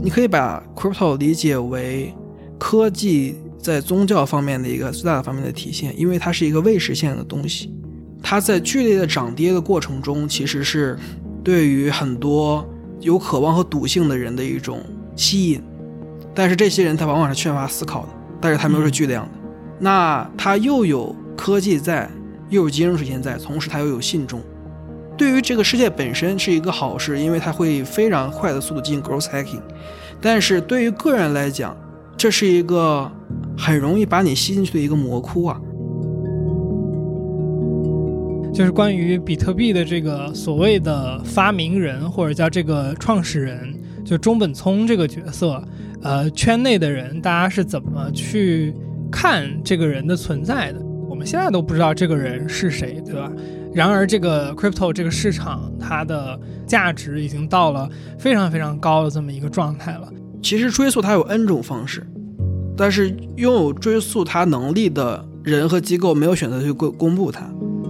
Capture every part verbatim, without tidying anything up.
你可以把 crypto 理解为科技在宗教方面的一个最大的方面的体现，因为它是一个未实现的东西，它在剧烈的涨跌的过程中，其实是对于很多有渴望和笃信的人的一种吸引，但是这些人他往往是缺乏思考的，但是他们又是巨量的、嗯、那他又有科技在，又有金融实现在，同时他又有信众，对于这个世界本身是一个好事，因为它会非常快的速度进行 growth hacking， 但是对于个人来讲，这是一个很容易把你吸进去的一个魔窟啊。 就是关于比特币的这个所谓的发明人，或者叫这个创始人，就中本聪这个角色，呃，圈内的人大家是怎么去看这个人的存在的？我们现在都不知道这个人是谁，对吧？然而这个 crypto 这个市场，它的价值已经到了非常非常高的这么一个状态了。 其实追溯它有 N 种方式，但是拥有追溯它能力的人和机构没有选择去公布它。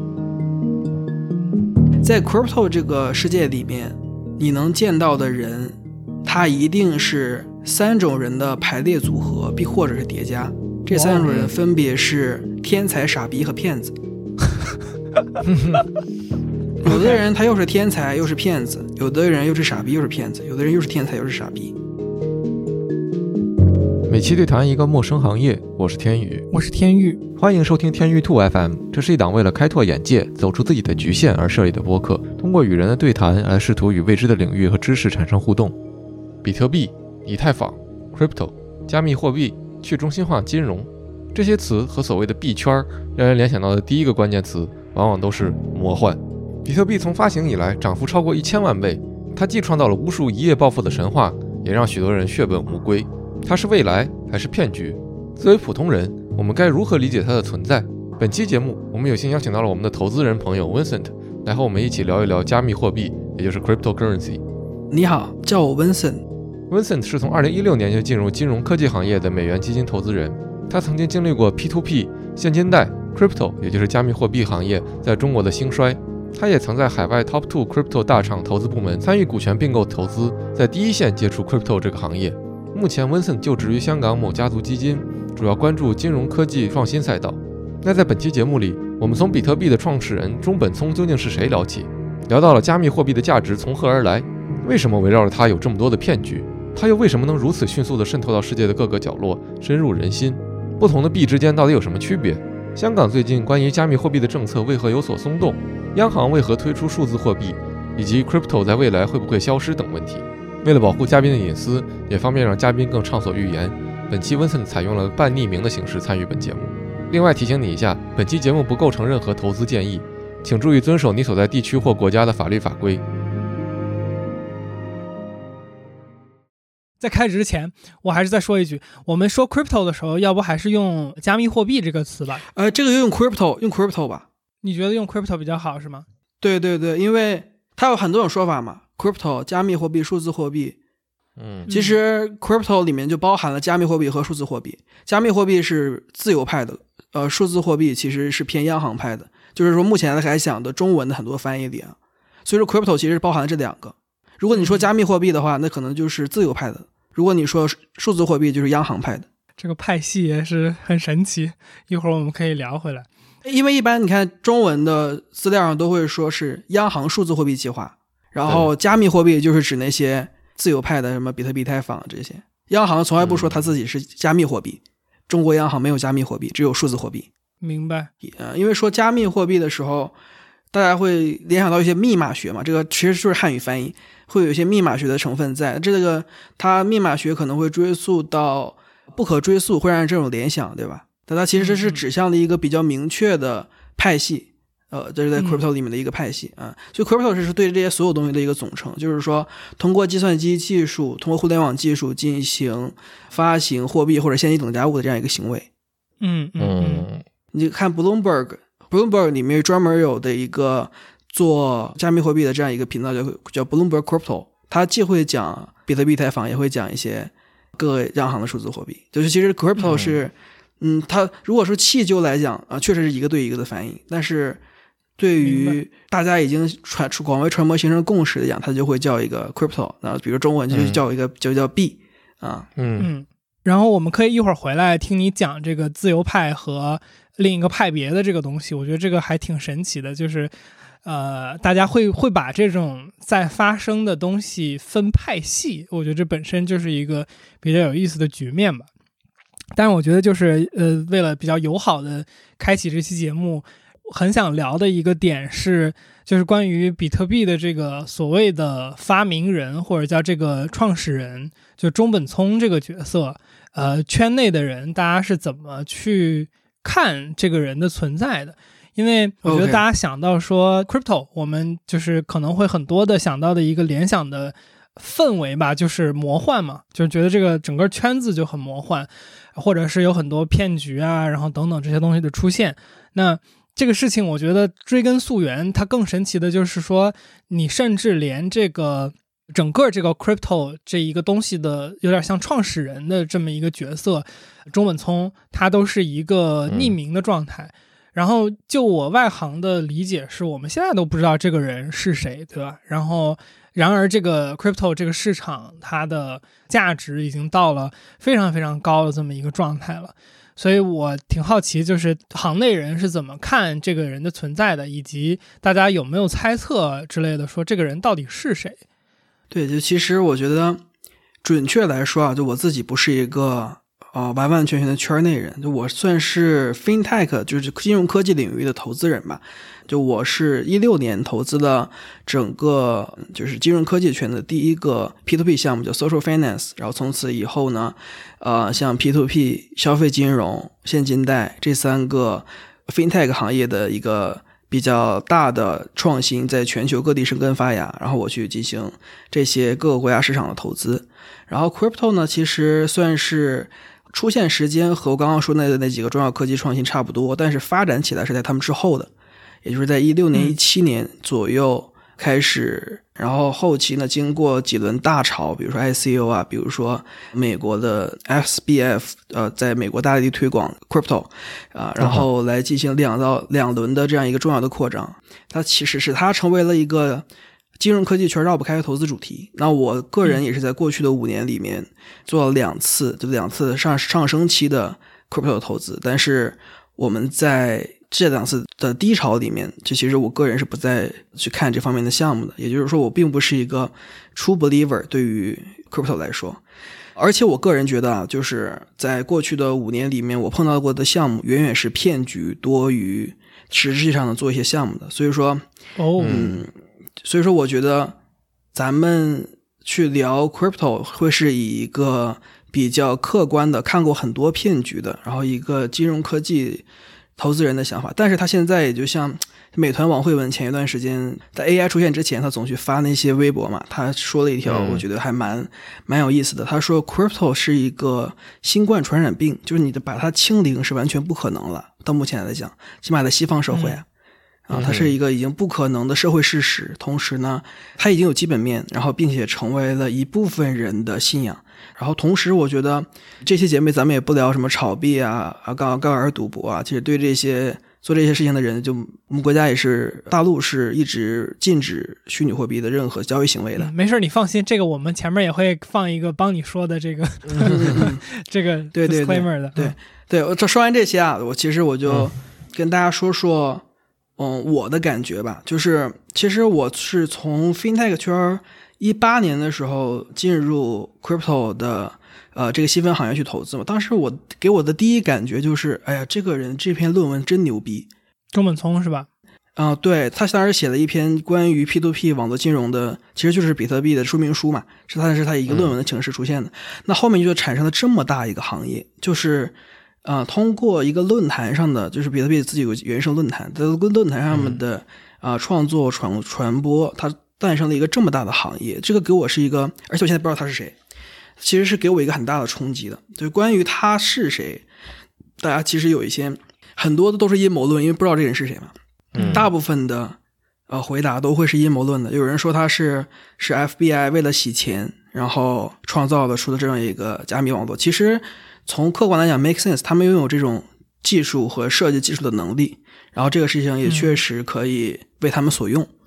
在 crypto 这个世界里面，你能见到的人，他一定是三种人的排列组合，并或者是叠加。这三种人分别是天才、傻逼和骗子。有的人他又是天才又是骗子，有的人又是傻逼又是骗子，有的人又是天才又是傻逼。 每期对谈一个陌生行业，我是天宇， 我是天宇， 欢迎收听天宇 two F M。 这是一档为了开拓眼界，走出自己的局限而设立的播客，通过与人的对谈来试图与未知的领域和知识产生互动。比特币、以太坊、crypto、加密货币、去中心化金融，这些词和所谓的币圈，让人联想到的第一个关键词往往都是魔幻。比特币从发行以来涨幅超过一千万倍，它既创造了无数一夜暴富的神话，也让许多人血本无归。它是未来还是骗局？作为普通人，我们该如何理解它的存在？本期节目，我们有幸邀请到了我们的投资人朋友 Vincent 来和我们一起聊一聊加密货币，也就是 cryptocurrency。 你好，叫我 Vincent。 Vincent 是从二零一六年就进入金融科技行业的美元基金投资人，他曾经经历过 P to P 现金贷 crypto 也就是加密货币行业在中国的兴衰，他也曾在海外 top two crypto 大厂投资部门参与股权并购投资，在第一线接触 crypto 这个行业。目前 Vincent 就职于香港某家族基金，主要关注金融科技创新赛道。那在本期节目里，我们从比特币的创始人中本聪究竟是谁聊起，聊到了加密货币的价值从何而来，为什么围绕着它有这么多的骗局，它又为什么能如此迅速地渗透到世界的各个角落，深入人心，不同的币之间到底有什么区别，香港最近关于加密货币的政策为何有所松动，央行为何推出数字货币，以及 crypto 在未来会不会消失等问题。为了保护嘉宾的隐私，也方便让嘉宾更畅所欲言，本期 Vincent 采用了半匿名的形式参与本节目。另外提醒你一下，本期节目不构成任何投资建议，请注意遵守你所在地区或国家的法律法规。 在开始之前，我还是再说一句，我们说 crypto 的时候，要不还是用加密货币这个词吧？ 呃，这个就用 crypto， 用 crypto 吧。 你觉得用 crypto 比较好是吗？ 对对对，因为它有很多种说法嘛 ，crypto 加密货币、数字货币。 嗯， 其实 crypto 里面就包含了加密货币和数字货币。加密货币是自由派的，呃，数字货币其实是偏央行派的。就是说，目前来讲的中文的很多翻译里啊，所以说 crypto 其实包含了这两个。如果你说加密货币的话，那可能就是自由派的；如果你说数字货币，就是央行派的。 这个派系也是很神奇，一会儿我们可以聊回来。 因为一般你看中文的资料上都会说是央行数字货币计划，然后加密货币就是指那些自由派的，什么比特币、以太坊这些。央行从来不说他自己是加密货币，中国央行没有加密货币，只有数字货币。 明白。 呃，因为说加密货币的时候，大家会联想到一些密码学嘛，这个其实就是汉语翻译，会有一些密码学的成分在。这个它密码学可能会追溯到不可追溯，会让人这种联想，对吧？但它其实是指向了一个比较明确的派系。呃，这是在 crypto 里面的一个派系啊，所以 crypto 是对这些所有东西的一个总称，就是说通过计算机技术，通过互联网技术进行发行货币或者现金等价物的这样一个行为。 嗯嗯嗯， 你看 Bloomberg Bloomberg 里面专门有的一个做加密货币的这样一个频道叫叫 Bloomberg Crypto， 它既会讲比特币、以太坊，也会讲一些各个央行的数字货币。就是其实 crypto 是嗯, 嗯它如果说气究来讲啊，确实是一个对一个的翻译，但是对于大家已经传广为传播形成共识的讲，它就会叫一个 crypto， 然后比如中文就叫一个、嗯、就叫币， 啊。 嗯嗯，然后我们可以一会儿回来听你讲这个自由派和另一个派别的这个东西，我觉得这个还挺神奇的，就是呃，大家会会把这种在发生的东西分派系，我觉得这本身就是一个比较有意思的局面吧。但是我觉得就是呃，为了比较友好的开启这期节目，很想聊的一个点是，就是关于比特币的这个所谓的发明人或者叫这个创始人，就中本聪这个角色，呃，圈内的人大家是怎么去看这个人的存在的？因为我觉得 Okay. 大家想到说 crypto， 我们就是可能会很多的想到的一个联想的氛围吧，就是魔幻嘛，就是觉得这个整个圈子就很魔幻，或者是有很多骗局啊，然后等等这些东西的出现。那这个事情我觉得追根溯源，它更神奇的就是说，你甚至连这个整个这个 crypto 这一个东西的有点像创始人的这么一个角色，中本聪他都是一个匿名的状态。嗯，然后就我外行的理解是，我们现在都不知道这个人是谁，对吧？然后然而这个 crypto 这个市场它的价值已经到了非常非常高的这么一个状态了。所以我挺好奇，就是行内人是怎么看这个人的存在的，以及大家有没有猜测之类的，说这个人到底是谁？ 对，就其实我觉得准确来说啊，就我自己不是一个呃完完全全的圈内人，就我算是 fintech， 就是金融科技领域的投资人吧。就我是一六年投资了整个就是金融科技圈的第一个 P to P 项目叫 Social Finance， 然后从此以后呢，呃，像 P to P、消费金融、现金贷这三个 fintech 行业的一个比较大的创新在全球各地生根发芽，然后我去进行这些各个国家市场的投资。然后 crypto 呢，其实算是出现时间和我刚刚说那那几个重要科技创新差不多，但是发展起来是在他们之后的，也就是在一六年、一七年左右开始，然后后期呢，经过几轮大潮，比如说 I C O 啊，比如说美国的 S B F， 呃，在美国大力推广 crypto 啊，然后来进行两到两轮的这样一个重要的扩张，它其实是它成为了一个金融科技圈绕不开的投资主题。那我个人也是在过去的五年里面做了两次，就两次上上升期的 crypto 投资，但是我们在这两次的低潮里面，就其实我个人是不再去看这方面的项目的，也就是说我并不是一个 true believer 对于 crypto 来说。而且我个人觉得啊，就是在过去的五年里面，我碰到过的项目远远是骗局多于实际上的做一些项目的。所以说哦， 嗯，所以说我觉得咱们去聊 crypto 会是以一个比较客观的看过很多骗局的，然后一个金融科技投资人的想法。但是他现在也就像美团王慧文前一段时间在 A I 出现之前，他总去发那些微博嘛，他说了一条我觉得还蛮蛮有意思的。他说 crypto 是一个新冠传染病，就是你的把它清零是完全不可能了，到目前来讲，起码在西方社会啊。啊，它是一个已经不可能的社会事实，同时呢，它已经有基本面，然后并且成为了一部分人的信仰。然后同时我觉得这期节目咱们也不聊什么炒币啊、啊高高尔赌博啊，其实对这些做这些事情的人，就我们国家也是大陆是一直禁止虚拟货币的任何交易行为的。 嗯、没事，你放心，这个我们前面也会放一个帮你说的这个嗯、 这个 disclaimer 的。 对对对，这说完这些啊，我其实我就跟大家说说。嗯，我的感觉吧，就是其实我是从 fintech 圈一八年的时候进入 crypto 的呃这个细分行业去投资嘛。当时我给我的第一感觉就是，哎呀，这个人这篇论文真牛逼， 中本聪是吧？ 啊、呃，对，他当时写了一篇关于 P to P 网络金融的，其实就是比特币的说明书嘛，是他是他一个论文的形式出现的。嗯、那后面就产生了这么大一个行业，就是。啊、呃，通过一个论坛上的，就是比特币自己有原生论坛，在论坛上面的啊、呃、创作传传播，它诞生了一个这么大的行业。这个给我是一个，而且我现在不知道他是谁，其实是给我一个很大的冲击的。就关于他是谁，大家其实有一些很多的都是阴谋论，因为不知道这人是谁嘛。 嗯， 大部分的呃回答都会是阴谋论的。有人说他是是 F B I 为了洗钱，然后创造了出的这样一个加密网络。其实。从客观来讲 make sense， 他们拥有这种技术和设计技术的能力，然后这个事情也确实可以为他们所用、嗯、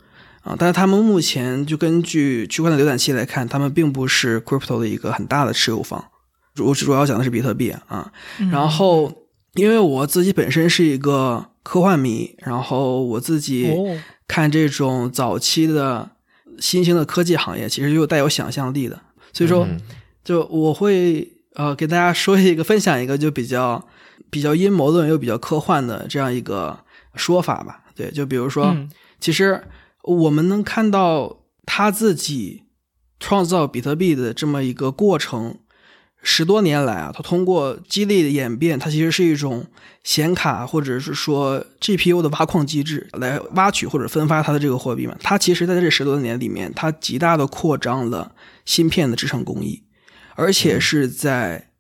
啊，但是他们目前就根据区块链浏览器来看，他们并不是 crypto 的一个很大的持有方，我主要讲的是比特币啊。 嗯、 然后因为我自己本身是一个科幻迷，然后我自己看这种早期的新兴的科技行业，其实就带有想象力的，所以说就我会呃给大家说一个分享一个就比较比较阴谋论又比较科幻的这样一个说法吧。对，就比如说、嗯、其实我们能看到他自己创造比特币的这么一个过程，十多年来啊，他通过激励的演变，它其实是一种显卡或者是说 G P U 的挖矿机制来挖取或者分发它的这个货币嘛。它其实在这十多年里面，它极大的扩张了芯片的制成工艺，而且是在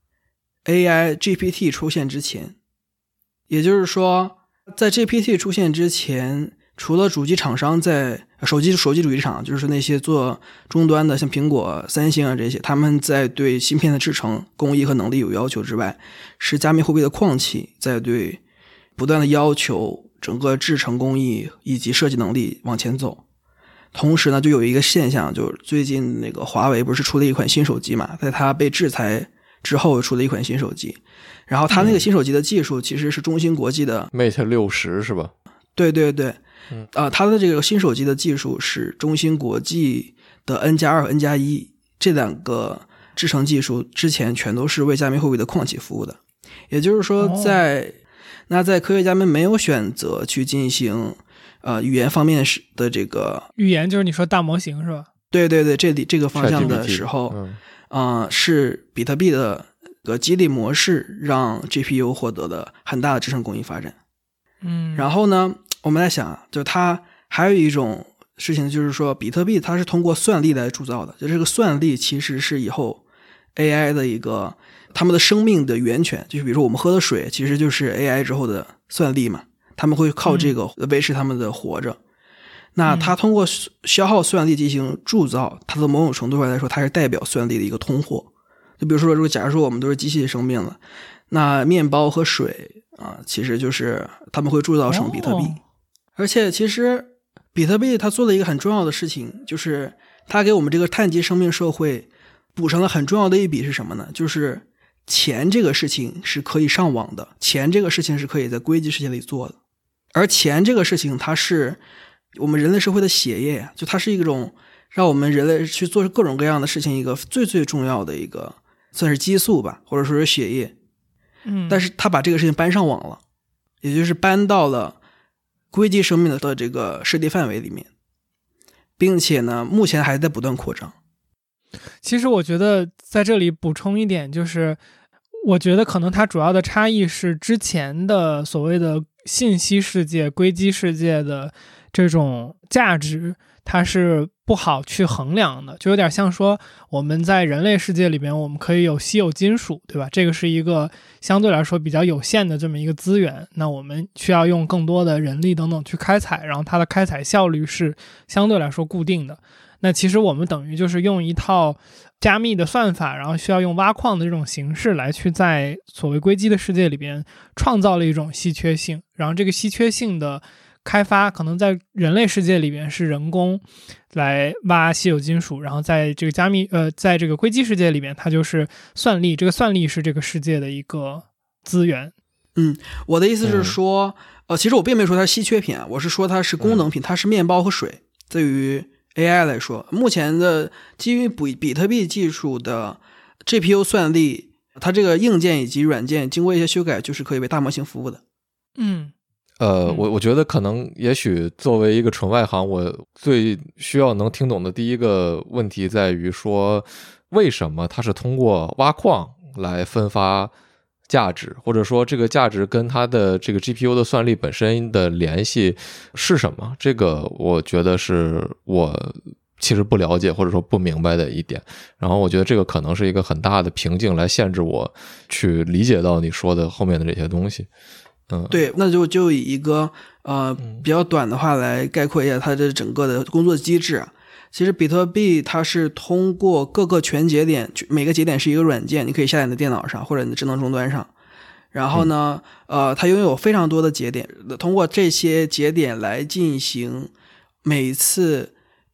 A I G P T 出现之前。也就是说，在 G P T 出现之前，除了主机厂商在手机手机主机厂，就是那些做终端的，像苹果、三星啊这些，他们在对芯片的制成工艺和能力有要求之外，是加密货币的矿企在对不断的要求整个制成工艺以及设计能力往前走。同时呢，就有一个现象，就是最近那个华为不是出了一款新手机嘛，在它被制裁之后出了一款新手机，然后它那个新手机的技术其实是中芯国际的 Mate 六十是吧？ 对对对。 嗯， 呃，它的这个新手机的技术是中芯国际的 N 加二 和 N 加一这两个制成技术之前全都是为加密货币的矿企服务的。也就是说在、哦、那在科学家们没有选择去进行呃语言方面的这个语言，就是你说大模型是吧？ 对对对，这里这个方向的时候，嗯、呃，是比特币的个激励模式让 G P U 获得了很大的制成工艺发展。 嗯， 然后呢，我们来想，就它还有一种事情，就是说比特币它是通过算力来铸造的，就这个算力其实是以后 A I 的一个他们的生命的源泉，就是比如说我们喝的水其实就是 A I 之后的算力嘛，他们会靠这个维持他们的活着、嗯、那它通过消耗算力进行铸造，它的某种程度上来说它是代表算力的一个通货。就比如说如果假如说我们都是机器生命了，那面包和水啊，其实就是他们会铸造成比特币、哦、而且其实比特币它做了一个很重要的事情，就是它给我们这个碳基生命社会补上了很重要的一笔是什么呢？就是钱这个事情是可以上网的，钱这个事情是可以在硅基世界里做的，而钱这个事情它是我们人类社会的血液，就它是一种让我们人类去做各种各样的事情一个最最重要的一个算是激素吧，或者说是血液。 嗯， 但是他把这个事情搬上网了，也就是搬到了硅基生命的这个势力范围里面，并且呢目前还在不断扩张。 其实我觉得在这里补充一点，就是我觉得可能它主要的差异是之前的所谓的信息世界硅基世界的这种价值它是不好去衡量的，就有点像说我们在人类世界里边我们可以有稀有金属，对吧？这个是一个相对来说比较有限的这么一个资源，那我们需要用更多的人力等等去开采，然后它的开采效率是相对来说固定的。那其实我们等于就是用一套加密的算法，然后需要用挖矿的这种形式来去在所谓硅基的世界里边创造了一种稀缺性，然后这个稀缺性的开发可能在人类世界里边是人工来挖稀有金属，然后在这个加密呃，在这个硅基世界里边它就是算力，这个算力是这个世界的一个资源。 嗯，我的意思是说、嗯、呃，其实我并没有说它是稀缺品啊，我是说它是功能品、嗯、它是面包和水。对于 A I 来说，目前的基于比特币技术的 G P U 算力，它这个硬件以及软件经过一些修改就是可以为大模型服务的。 嗯呃，我我觉得可能也许作为一个纯外行，我最需要能听懂的第一个问题在于说，为什么它是通过挖矿来分发价值，或者说这个价值跟它的这个 G P U 的算力本身的联系是什么？这个我觉得是我其实不了解或者说不明白的一点，然后我觉得这个可能是一个很大的瓶颈来限制我去理解到你说的后面的这些东西。嗯， 对，那就就以一个呃比较短的话来概括一下它的整个的工作机制啊。其实比特币它是通过各个全节点，每个节点是一个软件，你可以下载你的电脑上或者你的智能终端上。然后呢，呃，它拥有非常多的节点，通过这些节点来进行每次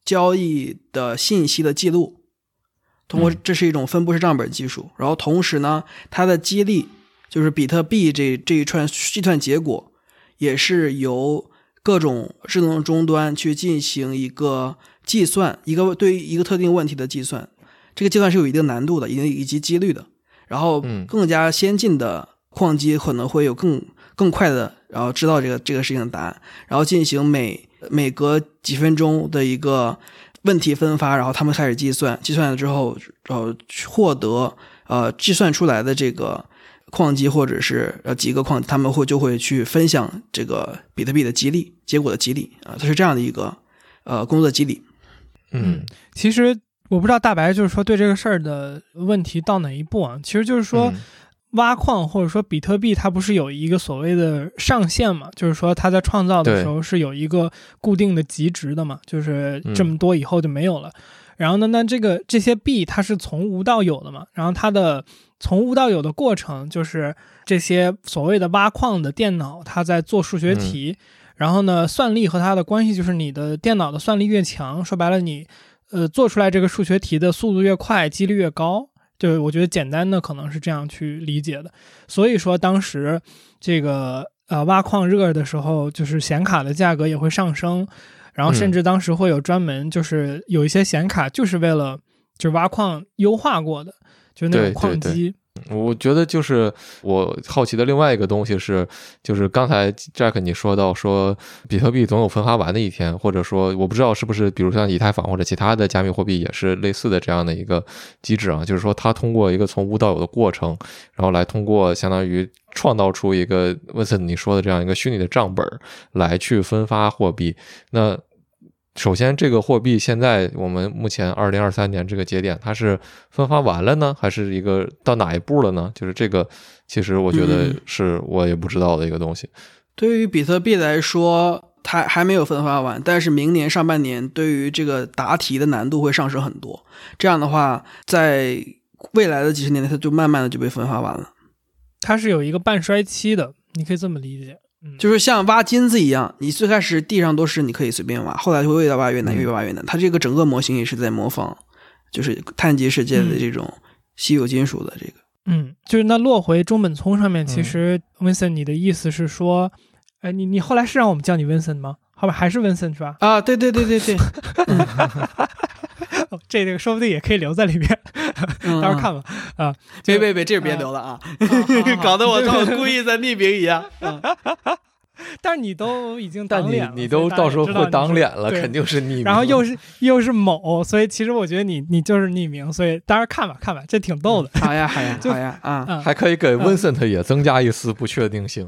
交易的信息的记录，通过这是一种分布式账本技术。然后同时呢，它的激励就是比特币这这一串计算结果，也是由各种智能终端去进行一个计算，一个对于一个特定问题的计算。这个计算是有一定难度的，以以及几率的。然后更加先进的矿机可能会有更更快的，然后知道这个这个事情的答案，然后进行每每隔几分钟的一个问题分发，然后他们开始计算，计算了之后，然后获得呃计算出来的这个矿机或者是呃几个矿，他们会就会去分享这个比特币的激励结果的激励啊，它是这样的一个呃工作激励。 嗯，其实我不知道大白就是说对这个事儿的问题到哪一步啊？其实就是说。嗯挖矿或者说比特币它不是有一个所谓的上限嘛，就是说它在创造的时候是有一个固定的极值的嘛，就是这么多以后就没有了、嗯、然后呢那这个这些币它是从无到有的嘛，然后它的从无到有的过程就是这些所谓的挖矿的电脑它在做数学题、嗯、然后呢算力和它的关系就是你的电脑的算力越强，说白了你呃做出来这个数学题的速度越快，几率越高，就我觉得简单的可能是这样去理解的。所以说当时这个呃挖矿热的时候，就是显卡的价格也会上升，然后甚至当时会有专门就是有一些显卡就是为了就是挖矿优化过的，就是那种矿机。对对对， 我觉得就是我好奇的另外一个东西是，就是刚才 Jack 你说到说比特币总有分发完的一天，或者说我不知道是不是比如像以太坊或者其他的加密货币也是类似的这样的一个机制啊，就是说它通过一个从无到有的过程，然后来通过相当于创造出一个 Vincent 你说的这样一个虚拟的账本来去分发货币。那首先这个货币现在我们目前二零二三年这个节点它是分发完了呢，还是一个到哪一步了呢？就是这个其实我觉得是我也不知道的一个东西、嗯、 对于比特币来说它还没有分发完，但是明年上半年对于这个答题的难度会上升很多，这样的话在未来的几十年它就慢慢的就被分发完了。 它是有一个半衰期的，你可以这么理解， 就是像挖金子一样，你最开始地上都是你可以随便挖，后来就会越挖越难，越挖越难。它这个整个模型也是在模仿，就是碳基世界的这种稀有金属的这个。 嗯，就是那落回中本聪上面，其实 Vincent 你的意思是说，哎、嗯，你你后来是让我们叫你 Vincent 吗？后面还是 Vincent 是吧？ 啊，对对对对对。 哦、这个说不定也可以留在里面，到时候看吧。啊， 别别别，这个别留了啊，啊搞得我我故意在匿名一样。嗯但是你都已经当脸了， 但你你都到时候会当脸了，肯定是匿名。 然后又是又是某，所以其实我觉得你你就是匿名，所以当然看吧看吧，这挺逗的。 嗯、好呀好呀好呀啊、 嗯！ 还可以给 Vincent 也增加一丝不确定性，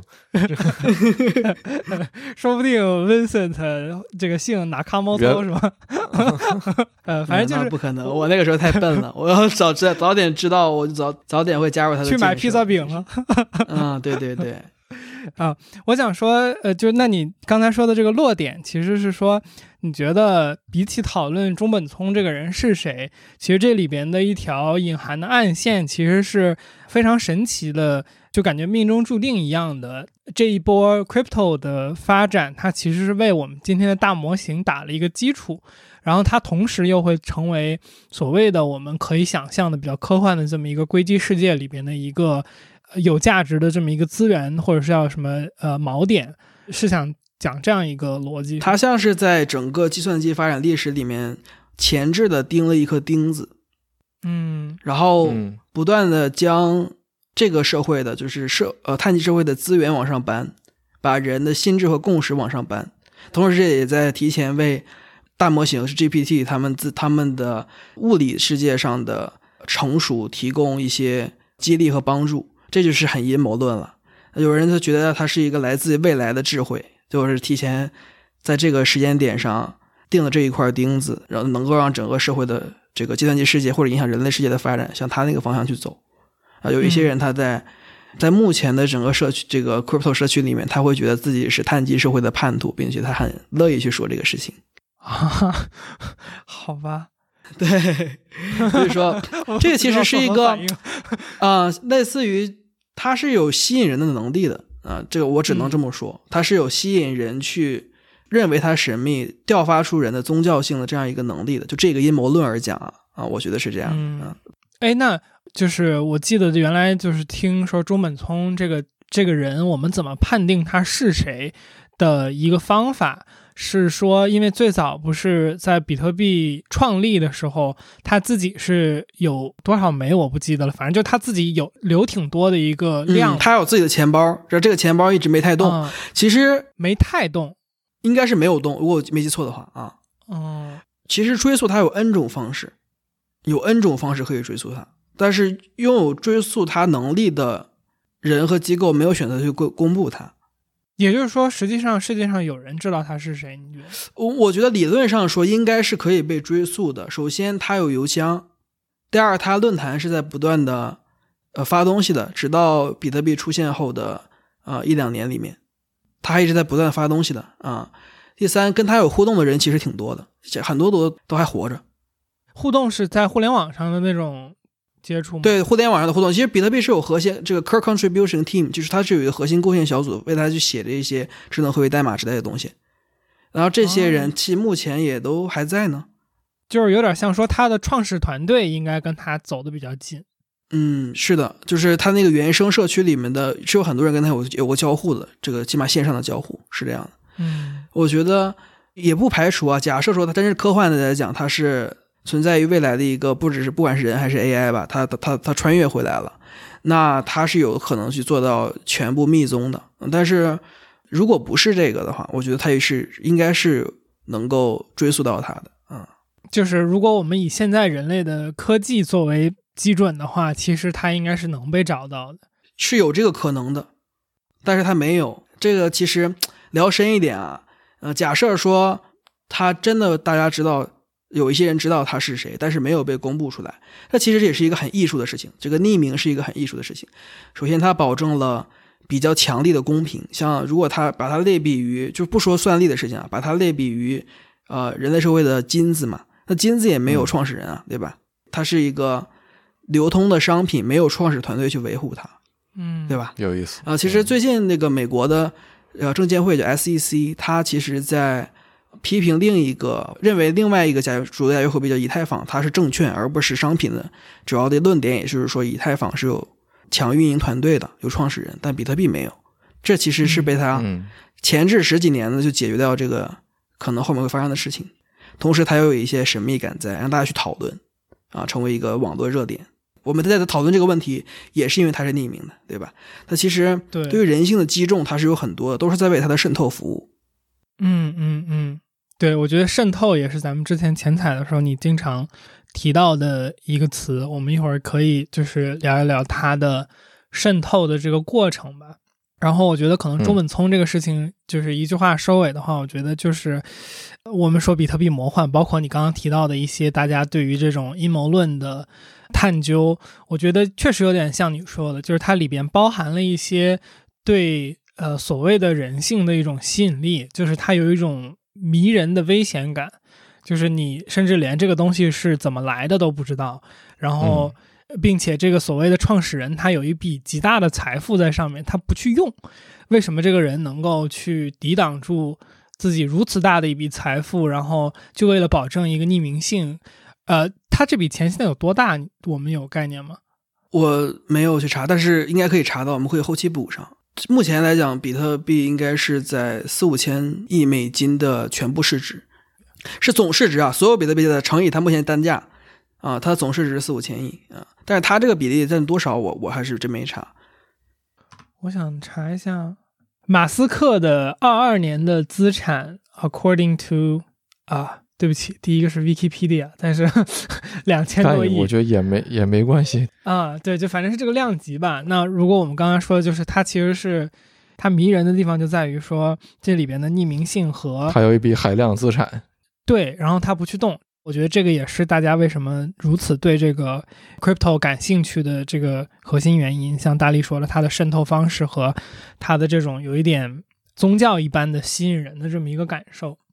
嗯、说不定 Vincent 这个姓拿康猫头是吧？呃，反正就是、 嗯、不可能，我那个时候太笨了，我要早知早点知道，我就早早点会加入他的。 去买披萨饼了。 嗯，对对对。 啊，我想说，呃，就那你刚才说的这个落点，其实是说，你觉得比起讨论中本聪这个人是谁，其实这里边的一条隐含的暗线，其实是非常神奇的，就感觉命中注定一样的。这一波 crypto 的发展，它其实是为我们今天的大模型打了一个基础，然后它同时又会成为所谓的我们可以想象的比较科幻的这么一个硅基世界里边的一个有价值的这么一个资源，或者是叫什么呃锚点，是想讲这样一个逻辑。 它像是在整个计算机发展历史里面前置的钉了一颗钉子， 嗯， 然后不断的将这个社会的就是社呃碳基社会的资源往上搬，把人的心智和共识往上搬，同时这也在提前为大模型是 G P T 他们自他们的物理世界上的成熟提供一些激励和帮助。这就是很阴谋论了，有人就觉得它是一个来自未来的智慧，就是提前在这个时间点上定了这一块钉子，然后能够让整个社会的这个计算机世界或者影响人类世界的发展向他那个方向去走啊。有一些人他在、嗯、在目前的整个社区这个 crypto 社区里面，他会觉得自己是碳基社会的叛徒，并且他很乐意去说这个事情啊。好吧， 对，所以说这个其实是一个啊、呃，类似于它是有吸引人的能力的啊、呃，这个我只能这么说，它是有吸引人去认为它神秘调发出人的宗教性的这样一个能力的，就这个阴谋论而讲啊，啊我觉得是这样。 嗯，哎，那就是我记得原来就是听说中本聪这个这个人，我们怎么判定他是谁的一个方法是说，因为最早不是在比特币创立的时候，他自己是有多少枚我不记得了，反正就他自己有留挺多的一个量、 嗯、他有自己的钱包，这这个钱包一直没太动、嗯、其实没太动， 应该是没有动，如果我没记错的话啊。 嗯， 其实追溯它有 N 种方式，有 N 种方式可以追溯它，但是拥有追溯它能力的人和机构没有选择去公布它。 也就是说实际上世界上有人知道他是谁，你觉得？ 我我觉得理论上说应该是可以被追溯的。首先他有邮箱，第二他论坛是在不断的呃发东西的，直到比特币出现后的呃一两年里面他还一直在不断发东西的啊。第三，跟他有互动的人其实挺多的，很多都都还活着。 互动是在互联网上的那种接触吗？ 对，互联网上的互动，其实比特币是有核心这个 core contribution team， 就是它是有一个核心贡献小组为它去写的一些智能合约代码之类的东西，然后这些人其实目前也都还在呢、哦、 就是有点像说他的创始团队应该跟他走的比较近。 嗯，是的，就是他那个原生社区里面的是有很多人跟他有有过交互的，这个起码线上的交互是这样的。 嗯， 我觉得也不排除啊，假设说他真是科幻的来讲，他是存在于未来的一个不只是不管是人还是 A I 吧，他他他穿越回来了，那他是有可能去做到全部密宗的。但是如果不是这个的话，我觉得他也是应该是能够追溯到他的。嗯， 就是如果我们以现在人类的科技作为基准的话，其实他应该是能被找到的， 是有这个可能的，但是他没有。这个其实聊深一点啊，呃，假设说他真的大家知道。有一些人知道他是谁，但是没有被公布出来，这其实也是一个很艺术的事情，这个匿名是一个很艺术的事情。首先他保证了比较强力的公平，像如果他把它类比于，就不说算力的事情啊，把它类比于呃人类社会的金子嘛，那金子也没有创始人啊、嗯、对吧，它是一个流通的商品，没有创始团队去维护它， 嗯， 对吧？ 有意思啊、 呃。其实最近那个美国的呃证监会就 S E C， 它其实在批评另一个认为另外一个加主流加密货币叫以太坊它是证券而不是商品的主要的论点，也就是说以太坊是有强运营团队的，有创始人，但比特币没有。这其实是被它前置十几年的就解决掉这个可能后面会发生的事情，同时它又有一些神秘感在，让大家去讨论啊，成为一个网络热点。我们在讨论这个问题也是因为它是匿名的，对吧？它其实对于人性的击中它是有很多的，都是在为它的渗透服务。 嗯嗯嗯，对，我觉得渗透也是咱们之前前采的时候你经常提到的一个词，我们一会儿可以就是聊一聊它的渗透的这个过程吧。然后我觉得可能中本聪这个事情就是一句话收尾的话、嗯、我觉得就是我们说比特币魔幻，包括你刚刚提到的一些大家对于这种阴谋论的探究，我觉得确实有点像你说的，就是它里边包含了一些对呃所谓的人性的一种吸引力，就是它有一种迷人的危险感，就是你甚至连这个东西是怎么来的都不知道，然后、嗯、并且这个所谓的创始人他有一笔极大的财富在上面，他不去用，为什么这个人能够去抵挡住自己如此大的一笔财富，然后就为了保证一个匿名性，呃，他这笔钱现在有多大我们有概念吗？ 我没有去查，但是应该可以查到，我们会后期补上。目前来讲比特币应该是在四五千亿美金的全部市值，是总市值啊，所有比特币的乘以它目前单价啊，它总市值四五千亿啊，但是它这个比例占多少我我还是真没查。 我想查一下马斯克的二二年的资产 according to 啊，对不起，第一个是 Wikipedia， 但是两千多亿， 我觉得也没也没关系啊。对，就反正是这个量级吧。那如果我们刚刚说的就是它其实是它迷人的地方就在于说这里边的匿名性和它有一笔海量资产， 对，然后它不去动，我觉得这个也是大家为什么如此对这个 crypto 感兴趣的这个核心原因。像大力说了，它的渗透方式和它的这种有一点宗教一般的吸引人的这么一个感受。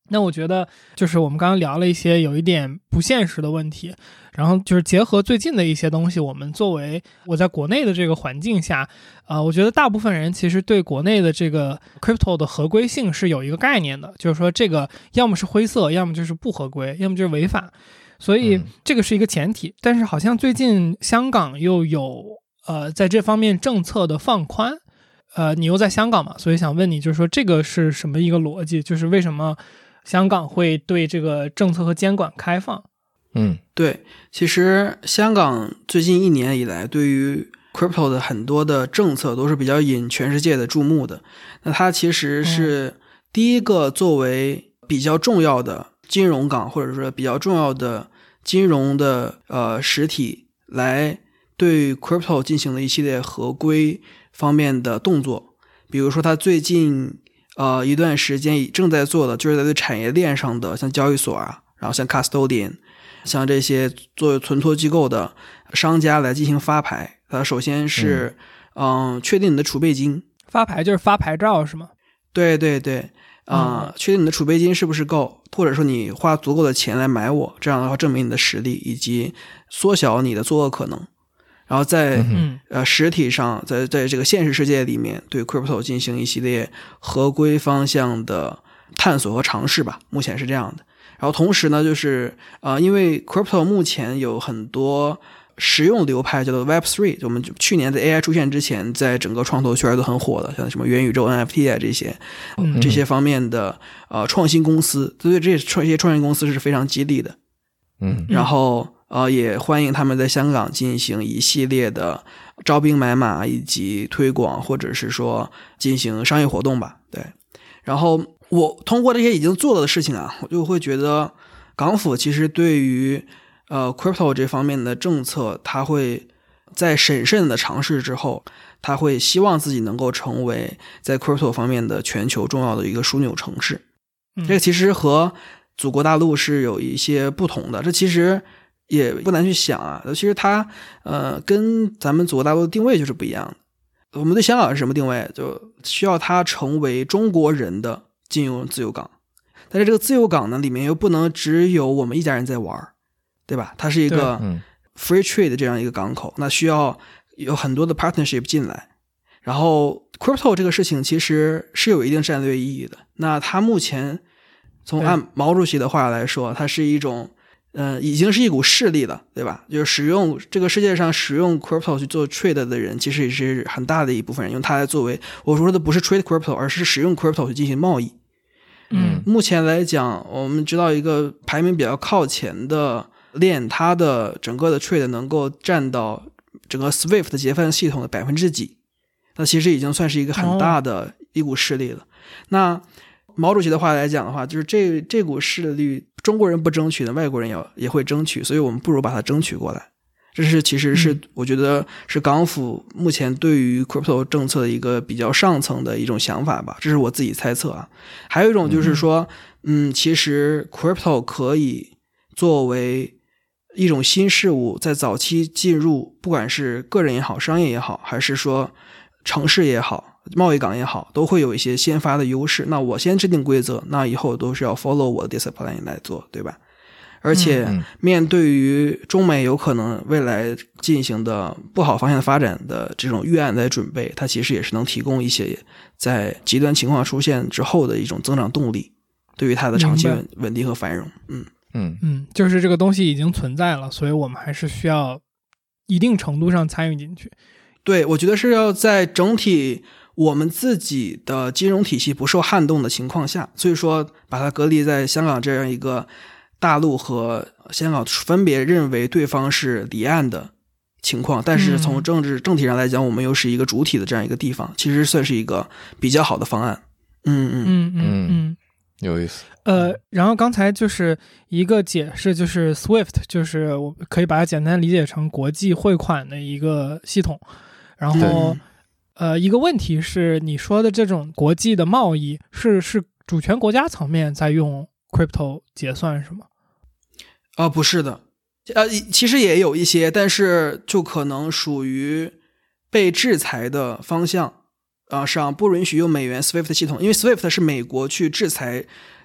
那我觉得就是我们刚刚聊了一些有一点不现实的问题，然后就是结合最近的一些东西，我们作为我在国内的这个环境下，呃，我觉得大部分人其实对国内的这个 crypto 的合规性是有一个概念的，就是说这个要么是灰色，要么就是不合规，要么就是违法，所以这个是一个前提。但是好像最近香港又有呃在这方面政策的放宽，呃，你又在香港嘛，所以想问你，就是说这个是什么一个逻辑？就是为什么香港会对这个政策和监管开放？ 嗯， 对，其实香港最近一年以来对于 crypto 的很多的政策都是比较引全世界的注目的。那它其实是第一个作为比较重要的金融港，或者说比较重要的金融的呃实体来对 crypto 进行了一系列合规方面的动作。比如说它最近呃一段时间正在做的就是在对产业链上的像交易所啊，然后像 custodian， 像这些作为存托机构的商家来进行发牌。它首先是嗯、呃、确定你的储备金， 发牌就是发牌照是吗？ 对对对啊、呃嗯，确定你的储备金是不是够，或者说你花足够的钱来买我，这样的话证明你的实力以及缩小你的作恶可能。然后在、 嗯、 呃实体上，在在这个现实世界里面对 crypto 进行一系列合规方向的探索和尝试吧，目前是这样的。然后同时呢，就是呃，因为 crypto 目前有很多实用流派叫做 Web 三， 就我们去年的 A I 出现之前，在整个创投圈都很火的，像什么元宇宙 N F T 啊这些、嗯、这些方面的呃创新公司，对这些创这些创新公司是非常激励的。 嗯， 然后呃也欢迎他们在香港进行一系列的招兵买马以及推广，或者是说进行商业活动吧。对，然后我通过这些已经做了的事情啊，我就会觉得港府其实对于呃 crypto 这方面的政策，它会在审慎的尝试之后，它会希望自己能够成为在 crypto 方面的全球重要的一个枢纽城市。 嗯、 这个其实和祖国大陆是有一些不同的，这其实也不难去想啊。其实它呃跟咱们祖国大陆的定位就是不一样的。我们对香港是什么定位？就需要它成为中国人的金融自由港，但是这个自由港呢，里面又不能只有我们一家人在玩，对吧？它是一个 free trade 的这样一个港口，那需要有很多的 partnership 进来。然后 crypto 这个事情其实是有一定战略意义的。那它目前从按毛主席的话来说，它是一种呃，已经是一股势力了，对吧？就是使用这个世界上使用 crypto 去做 trade 的人，其实也是很大的一部分人用它来作为，我说的不是 trade crypto， 而是使用 crypto 去进行贸易。 嗯， 目前来讲，我们知道一个排名比较靠前的链，它的整个的 trade 能够占到整个 Swift 的结算系统的百分之几，那其实已经算是一个很大的一股势力了。哦、那毛主席的话来讲的话，就是这这股势力，中国人不争取的，外国人也也会争取，所以我们不如把它争取过来。这是其实是我觉得是港府目前对于 crypto 政策的一个比较上层的一种想法吧，这是我自己猜测啊。还有一种就是说，嗯，其实 crypto 可以作为一种新事物，在早期进入，不管是个人也好，商业也好，还是说城市也好，贸易港也好，都会有一些先发的优势。那我先制定规则，那以后都是要 follow 我的 discipline 来做，对吧？而且面对于中美有可能未来进行的不好方向的发展的这种预案来准备，它其实也是能提供一些在极端情况出现之后的一种增长动力，对于它的长期稳定和繁荣。嗯嗯嗯，就是这个东西已经存在了，所以我们还是需要一定程度上参与进去。 对，我觉得是要在整体我们自己的金融体系不受撼动的情况下，所以说把它隔离在香港这样一个大陆和香港分别认为对方是离岸的情况，但是从政治政体上来讲，我们又是一个主体的这样一个地方，其实算是一个比较好的方案。嗯嗯嗯嗯嗯， 有意思。 呃，然后刚才就是一个解释，就是 Swift， 就是我可以把它简单理解成国际汇款的一个系统。然后，呃，一个问题是，你说的这种国际的贸易是是主权国家层面在用 crypto 结算是吗？ 啊、呃，不是的，呃，其实也有一些，但是就可能属于被制裁的方向啊、呃，上不允许用美元 Swift 系统，因为 Swift 是美国去制裁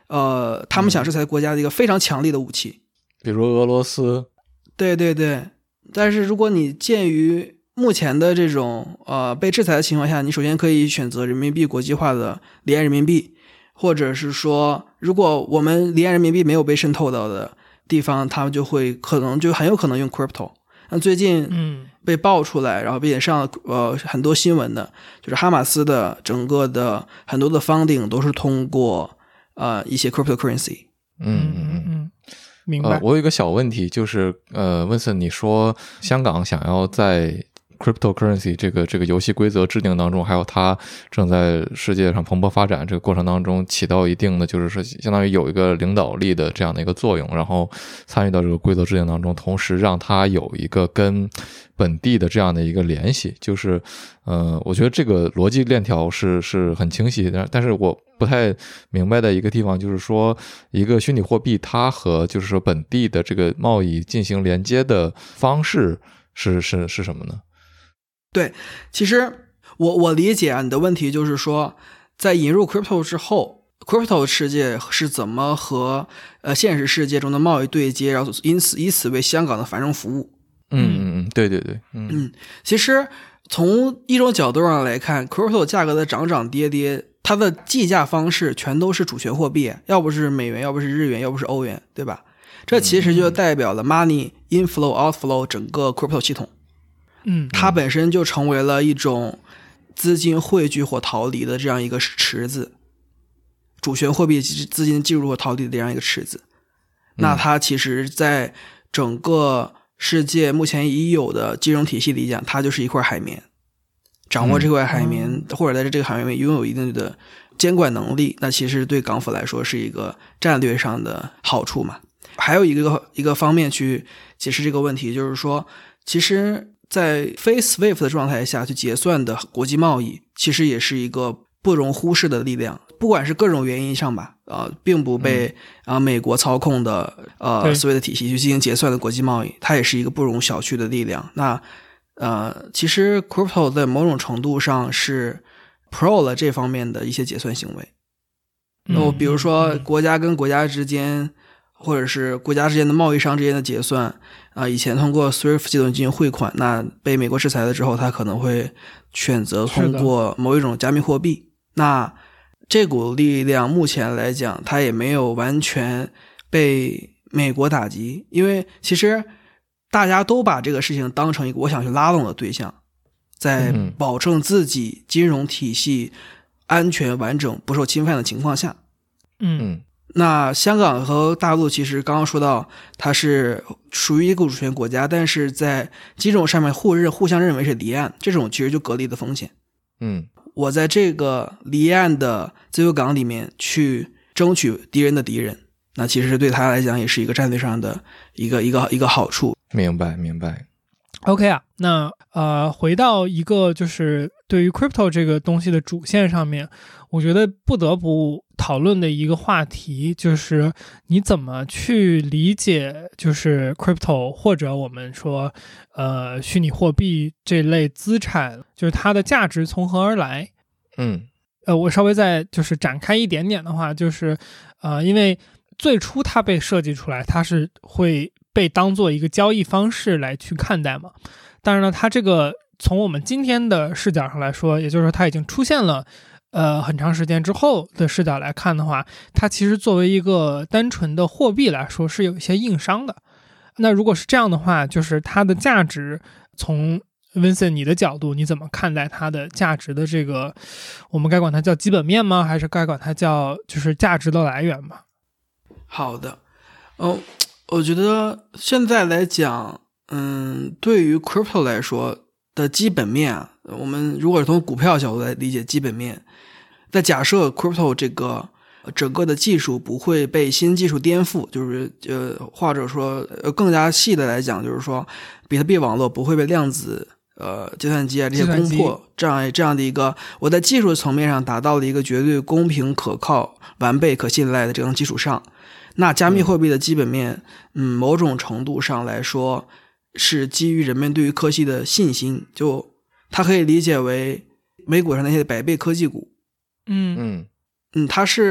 呃，他们想制裁国家的一个非常强力的武器， 比如俄罗斯。 对对对，但是如果你鉴于目前的这种呃被制裁的情况下，你首先可以选择人民币国际化的离岸人民币，或者是说，如果我们离岸人民币没有被渗透到的地方，他们就会可能就很有可能用 crypto。那最近嗯被爆出来，然后并且上了呃很多新闻的，就是哈马斯的整个的很多的 funding 都是通过呃一些 cryptocurrency。 嗯嗯嗯嗯，明白。 呃，我有一个小问题，就是呃，温森，你说香港想要在 cryptocurrency 这个这个游戏规则制定当中，还有它正在世界上蓬勃发展这个过程当中起到一定的，就是说相当于有一个领导力的这样的一个作用，然后参与到这个规则制定当中，同时让它有一个跟本地的这样的一个联系，就是呃，我觉得这个逻辑链条是是很清晰的，但是我不太明白的一个地方就是说，一个虚拟货币它和就是说本地的这个贸易进行连接的方式是是是什么呢？ 对，其实我我理解啊，你的问题就是说，在引入 crypto 之后 ，crypto 世界是怎么和呃现实世界中的贸易对接，然后因此以此为香港的繁荣服务。 嗯嗯嗯，对对对，嗯嗯，其实从一种角度上来看 ，crypto 价格的涨涨跌跌，它的计价方式全都是主权货币，要不是美元，要不是日元，要不是欧元，对吧？这其实就代表了 money inflow outflow 整个 crypto 系统。 嗯， 它本身就成为了一种资金汇聚或逃离的这样一个池子，主权货币资金进入或逃离的这样一个池子。那它其实在整个世界目前已有的金融体系里讲，它就是一块海绵，掌握这块海绵、嗯、或者在这个海绵里拥有一定的监管能力，那其实对港府来说是一个战略上的好处嘛。还有一个一个方面去解释这个问题，就是说其实在非 S W I F T 的状态下去结算的国际贸易，其实也是一个不容忽视的力量，不管是各种原因上吧，呃，并不被啊、呃、美国操控的呃 S W I F T 体系去进行结算的国际贸易，它也是一个不容小觑的力量。那呃，其实 crypto 在某种程度上是 pro 了这方面的一些结算行为。那我比如说国家跟国家之间，或者是国家之间的贸易商之间的结算啊、呃，以前通过 S W I F T 系统进行汇款，那被美国制裁了之后，他可能会选择通过某一种加密货币。那这股力量目前来讲，它也没有完全被美国打击，因为其实大家都把这个事情当成一个我想去拉拢的对象，在保证自己金融体系安全完整不受侵犯的情况下。 嗯， 那香港和大陆其实刚刚说到它是属于一个主权国家，但是在金融上面互认互相认为是离岸，这种其实就隔离的风险。 嗯， 我在这个离岸的自由港里面去争取敌人的敌人，那其实对他来讲也是一个战略上的一个一个一个好处。 明白明白。 OK 啊，那呃，回到一个就是对于 crypto 这个东西的主线上面，我觉得不得不讨论的一个话题就是你怎么去理解就是 crypto 或者我们说呃虚拟货币这类资产，就是它的价值从何而来。 嗯， 呃，我稍微再就是展开一点点的话，就是呃，因为最初它被设计出来，它是会被当做一个交易方式来去看待嘛。当然了，它这个从我们今天的视角上来说，也就是说它已经出现了呃很长时间之后的视角来看的话，它其实作为一个单纯的货币来说是有一些硬伤的。那如果是这样的话，就是它的价值，从 Vincent 你的角度，你怎么看待它的价值的这个，我们该管它叫基本面吗？还是该管它叫就是价值的来源吗？ 好的，哦，我觉得现在来讲，嗯，对于 crypto 来说的基本面啊，我们如果是从股票角度来理解基本面，在假设 crypto 这个整个的技术不会被新技术颠覆，就是呃，或者说呃更加细的来讲，就是说比特币网络不会被量子呃计算机啊这些攻破，这样这样的一个我在技术层面上达到了一个绝对公平、可靠、完备、可信赖的这种基础上。那加密货币的基本面，嗯，某种程度上来说是基于人们对于科技的信心，就它可以理解为美股上那些百倍科技股， 嗯嗯嗯，它是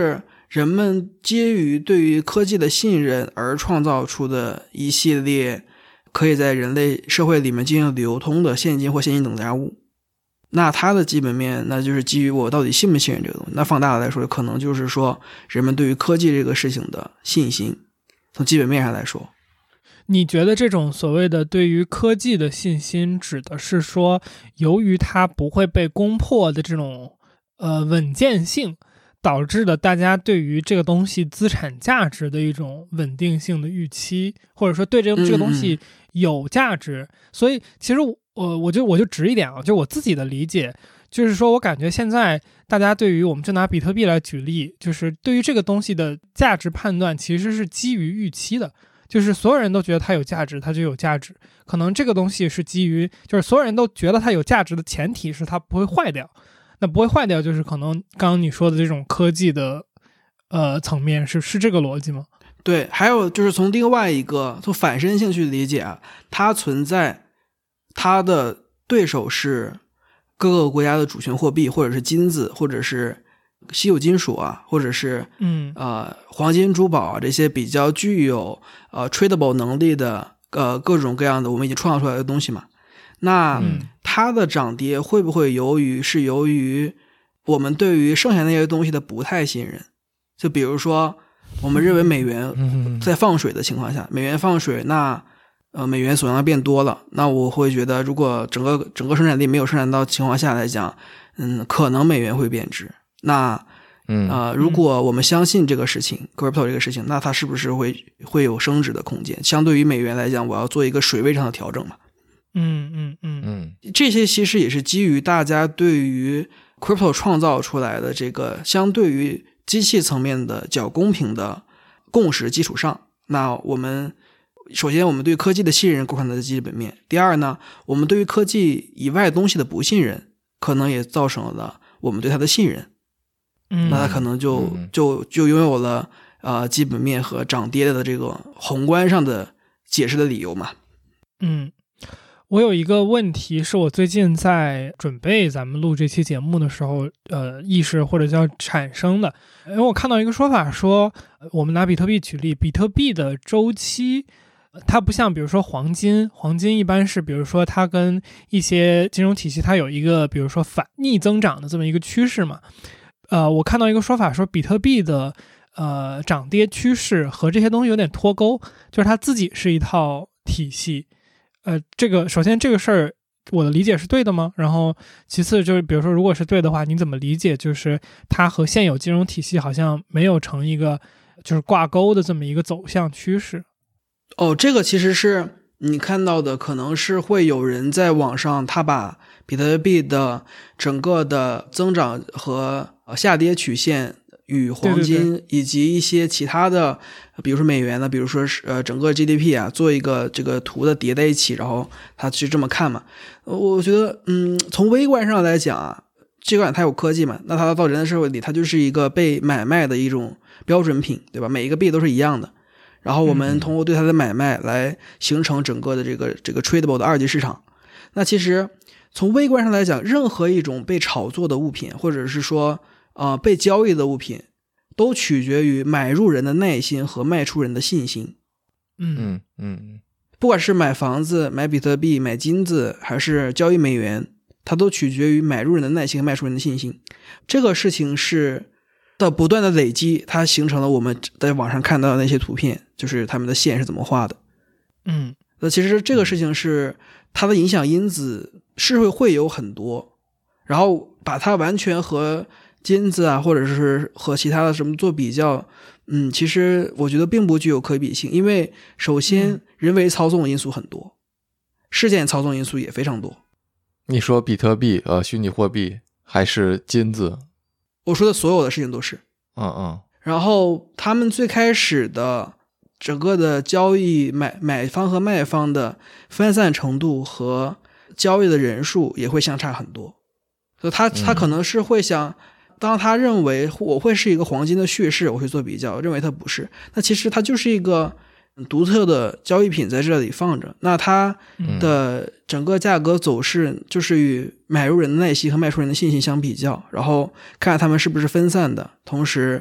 人们基于对于科技的信任而创造出的一系列可以在人类社会里面进行流通的现金或现金等价物。那它的基本面那就是基于我到底信不信任这个东西。那放大了来说，可能就是说人们对于科技这个事情的信心，从基本面上来说。 你觉得这种所谓的对于科技的信心，指的是说由于它不会被攻破的这种呃稳健性，导致了大家对于这个东西资产价值的一种稳定性的预期，或者说对这个这个东西有价值。嗯、所以其实我我就我就直一点啊，就我自己的理解，就是说我感觉现在大家对于我们就拿比特币来举例，就是对于这个东西的价值判断其实是基于预期的。就是所有人都觉得它有价值，它就有价值。可能这个东西是基于，就是所有人都觉得它有价值的前提是它不会坏掉。那不会坏掉，就是可能刚刚你说的这种科技的呃层面，是是这个逻辑吗？ 对，还有就是从另外一个从反身性去理解啊，它存在它的对手是各个国家的主权货币，或者是金子，或者是稀有金属啊，或者是嗯呃黄金珠宝啊，这些比较具有呃 tradable 能力的呃各种各样的我们已经创造出来的东西嘛。那它的涨跌会不会由于是由于我们对于剩下那些东西的不太信任？就比如说我们认为美元在放水的情况下，美元放水，那呃美元总量变多了，那我会觉得如果整个整个生产力没有生产到情况下来讲，嗯，可能美元会贬值。那嗯呃，如果我们相信这个事情 crypto 这个事情，那它是不是会会有升值的空间？相对于美元来讲，我要做一个水位上的调整嘛。 嗯嗯嗯嗯， 这些其实也是基于大家对于 crypto 创造出来的这个相对于机器层面的较公平的共识基础上。那我们首先我们对科技的信任构成它的基本面，第二呢，我们对于科技以外东西的不信任，可能也造成了我们对它的信任。 嗯， 那它可能就就就拥有了呃基本面和涨跌的这个宏观上的解释的理由嘛。 嗯，我有一个问题是我最近在准备咱们录这期节目的时候，呃，意识或者叫产生的。因为我看到一个说法说，我们拿比特币举例，比特币的周期，它不像比如说黄金，黄金一般是比如说它跟一些金融体系它有一个比如说反逆增长的这么一个趋势嘛。呃，我看到一个说法说，比特币的呃涨跌趋势和这些东西有点脱钩，就是它自己是一套体系。呃，这个首先这个事儿我的理解是对的吗？然后其次就是比如说如果是对的话，你怎么理解就是它和现有金融体系好像没有成一个就是挂钩的这么一个走向趋势？ 哦，这个其实是你看到的，可能是会有人在网上他把比特币的整个的增长和下跌曲线与黄金以及一些其他的比如说美元呢，比如说呃整个 G D P 啊，做一个这个图的叠在一起，然后他去这么看嘛。我觉得嗯从微观上来讲啊，这个它有科技嘛，那它到人的社会里，它就是一个被买卖的一种标准品，对吧？每一个币都是一样的，然后我们通过对它的买卖来形成整个的这个这个 tradable 的二级市场。那其实从微观上来讲，任何一种被炒作的物品，或者是说呃被交易的物品，都取决于买入人的耐心和卖出人的信心。 嗯嗯嗯， 不管是买房子、买比特币、买金子，还是交易美元，它都取决于买入人的耐心和卖出人的信心。这个事情是的不断的累积，它形成了我们在网上看到的那些图片，就是他们的线是怎么画的。 嗯， 那其实这个事情是它的影响因子是会会有很多，然后把它完全和金子啊，或者是和其他的什么做比较，嗯，其实我觉得并不具有可比性，因为首先人为操纵的因素很多，事件操纵因素也非常多。 你说比特币、呃，虚拟货币还是金子？ 我说的所有的事情都是， 嗯嗯。 然后他们最开始的整个的交易买买方和卖方的分散程度和交易的人数也会相差很多，所以他他可能是会想。当他认为我会是一个黄金的叙事，我会做比较，认为它不是，那其实它就是一个独特的交易品在这里放着，那它的整个价格走势就是与买入人的耐心和卖出人的信心相比较，然后看看他们是不是分散的，同时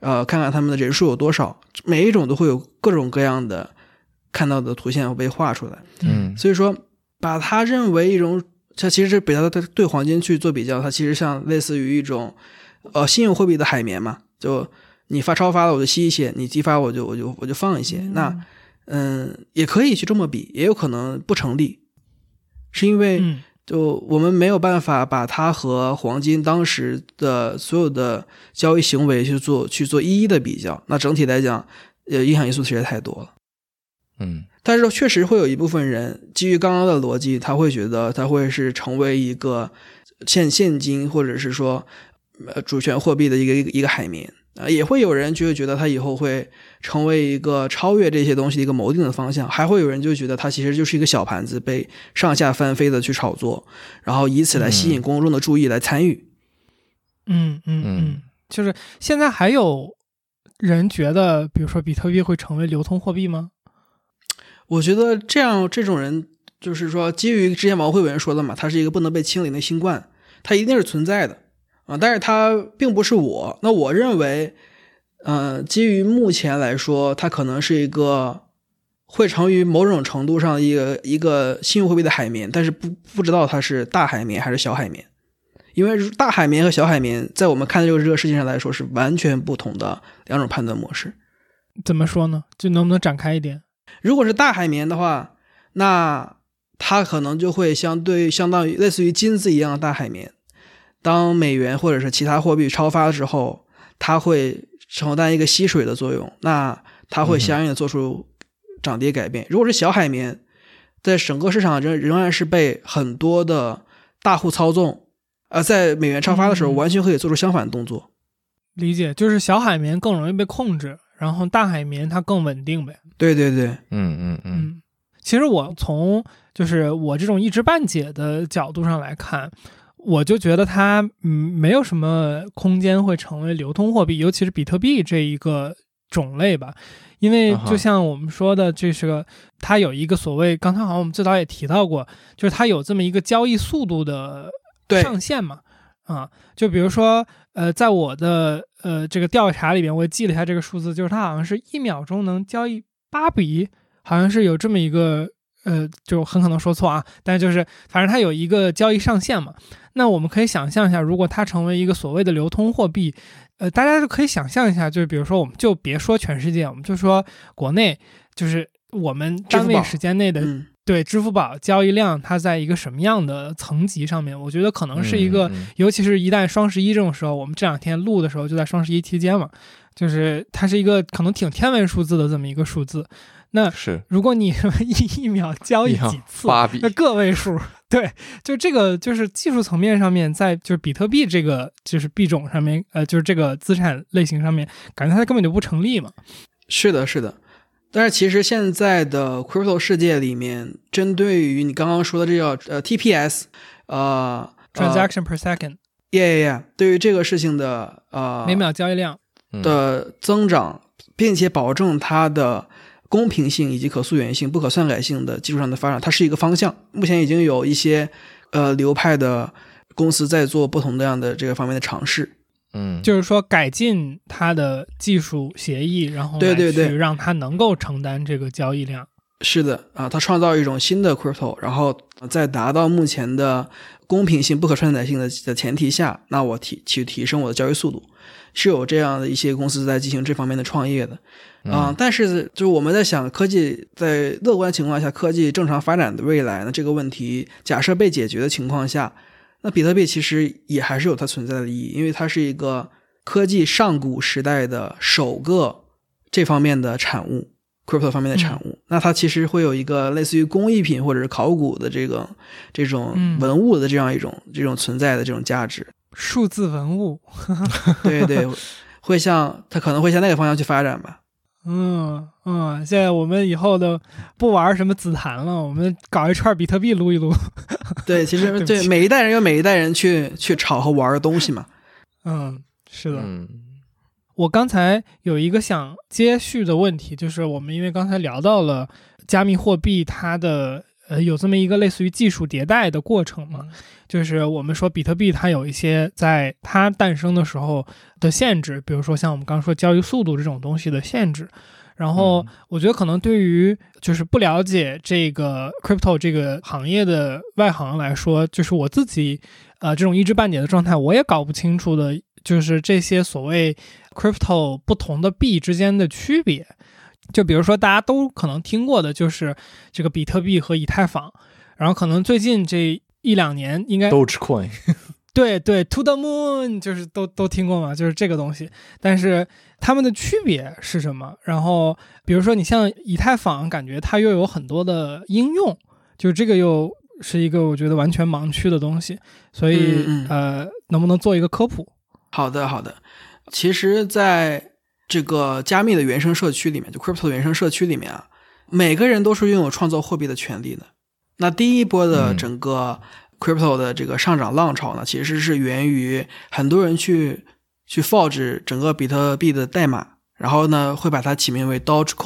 呃，看看他们的人数有多少，每一种都会有各种各样的看到的图线会被画出来。 嗯， 所以说把它认为一种，它其实是比它对黄金去做比较，它其实像类似于一种呃信用货币的海绵嘛，就你发超发了我就吸一些，你激发我就我就我就放一些。嗯那嗯，也可以去这么比，也有可能不成立，是因为就我们没有办法把它和黄金当时的所有的交易行为去做去做一一的比较，那整体来讲，呃，影响因素实在太多了。 嗯， 但是确实会有一部分人基于刚刚的逻辑，他会觉得他会是成为一个现现金或者是说呃主权货币的一个一个一个海绵啊，也会有人就会觉得他以后会成为一个超越这些东西的一个锚定的方向，还会有人就觉得它其实就是一个小盘子被上下翻飞的去炒作，然后以此来吸引公众的注意来参与。 嗯嗯嗯，就是现在还有人觉得，比如说比特币会成为流通货币吗？ 我觉得这样这种人就是说，基于之前王慧文说的嘛，它是一个不能被清零的新冠，它一定是存在的啊，但是它并不是我。那我认为，呃，基于目前来说，它可能是一个会成于某种程度上一个一个信用货币的海绵，但是不不知道它是大海绵还是小海绵，因为大海绵和小海绵在我们看这个这个事情上来说是完全不同的两种判断模式。 怎么说呢？就能不能展开一点？ 如果是大海绵的话，那它可能就会相对相当于类似于金子一样的大海绵。当美元或者是其他货币超发之后，它会承担一个吸水的作用，那它会相应的做出涨跌改变。如果是小海绵，在整个市场仍仍然是被很多的大户操纵，而在美元超发的时候，完全可以做出相反的动作。 理解，就是小海绵更容易被控制，然后大海绵它更稳定呗。 对对对， 嗯嗯嗯。 其实我从就是我这种一知半解的角度上来看，我就觉得它嗯没有什么空间会成为流通货币，尤其是比特币这一个种类吧。因为就像我们说的，这是个它有一个所谓，刚才好像我们最早也提到过，就是它有这么一个交易速度的上限嘛。啊，就比如说，呃，在我的呃这个调查里边，我也记了一下这个数字，就是它好像是一秒钟能交易八笔，好像是有这么一个，呃，就很可能说错啊，但就是反正它有一个交易上限嘛。那我们可以想象一下，如果它成为一个所谓的流通货币，呃，大家就可以想象一下，就是比如说，我们就别说全世界，我们就说国内，就是我们单位时间内的。对支付宝交易量，它在一个什么样的层级上面？我觉得可能是一个， 嗯嗯、 尤其是一旦双十一这种时候，我们这两天录的时候就在双十一期间嘛，就是它是一个可能挺天文数字的这么一个数字。那是如果你一一秒交易几次，那个位数，对，就这个就是技术层面上面，在就是比特币这个就是币种上面，呃，就是这个资产类型上面，感觉它根本就不成立嘛。 是的，是的。但是其实现在的 crypto 世界里面，针对于你刚刚说的这叫呃 T P S， 呃 transaction per second， yeah yeah yeah， 对于这个事情的呃每秒交易量的增长，并且保证它的公平性以及可溯源性、不可篡改性的技术上的发展，它是一个方向。目前已经有一些呃流派的公司在做不同的样的这个方面的尝试。 嗯， 就是说改进它的技术协议，然后来去让它能够承担这个交易量。 是的啊，它创造一种新的 crypto， 然后在达到目前的公平性、不可篡改性的的前提下，那我提去提升我的交易速度，是有这样的一些公司在进行这方面的创业的啊、嗯。但是就是我们在想，科技在乐观情况下，科技正常发展的未来呢，这个问题假设被解决的情况下。那比特币其实也还是有它存在的意义，因为它是一个科技上古时代的首个这方面的产物 crypto 方面的产物、嗯、那它其实会有一个类似于工艺品或者是考古的这个这种文物的这样一种、嗯、这种存在的这种价值， 数字文物对对，会向它可能会向那个方向去发展吧。 嗯嗯，现在我们以后的不玩什么紫檀了，我们搞一串比特币撸一撸。 对，其实对每一代人有每一代人去去炒和玩的东西嘛。 嗯，是的。 嗯， 我刚才有一个想接续的问题，就是我们因为刚才聊到了加密货币它的呃有这么一个类似于技术迭代的过程嘛，就是我们说比特币它有一些在它诞生的时候的限制，比如说像我们刚刚说交易速度这种东西的限制。然后我觉得可能对于就是不了解这个 crypto 这个行业的外行来说，就是我自己呃这种一知半解的状态，我也搞不清楚的就是这些所谓 crypto 不同的币之间的区别。就比如说大家都可能听过的就是这个比特币和以太坊，然后可能最近这一两年应该 Dogecoin 对对 To the Moon 就是都都听过嘛，就是这个东西。但是它们的区别是什么？然后比如说你像以太坊，感觉它又有很多的应用，就这个又是一个我觉得完全盲区的东西。所以、嗯嗯、呃，能不能做一个科普？ 好的好的。其实在这个加密的原生社区里面，就 crypto 的原生社区里面啊，每个人都是拥有创造货币的权利的。那第一波的整个、嗯crypto 的这个上涨浪潮呢，其实是源于很多人去去 forge 整个比特币的代码，然后呢会把它起名为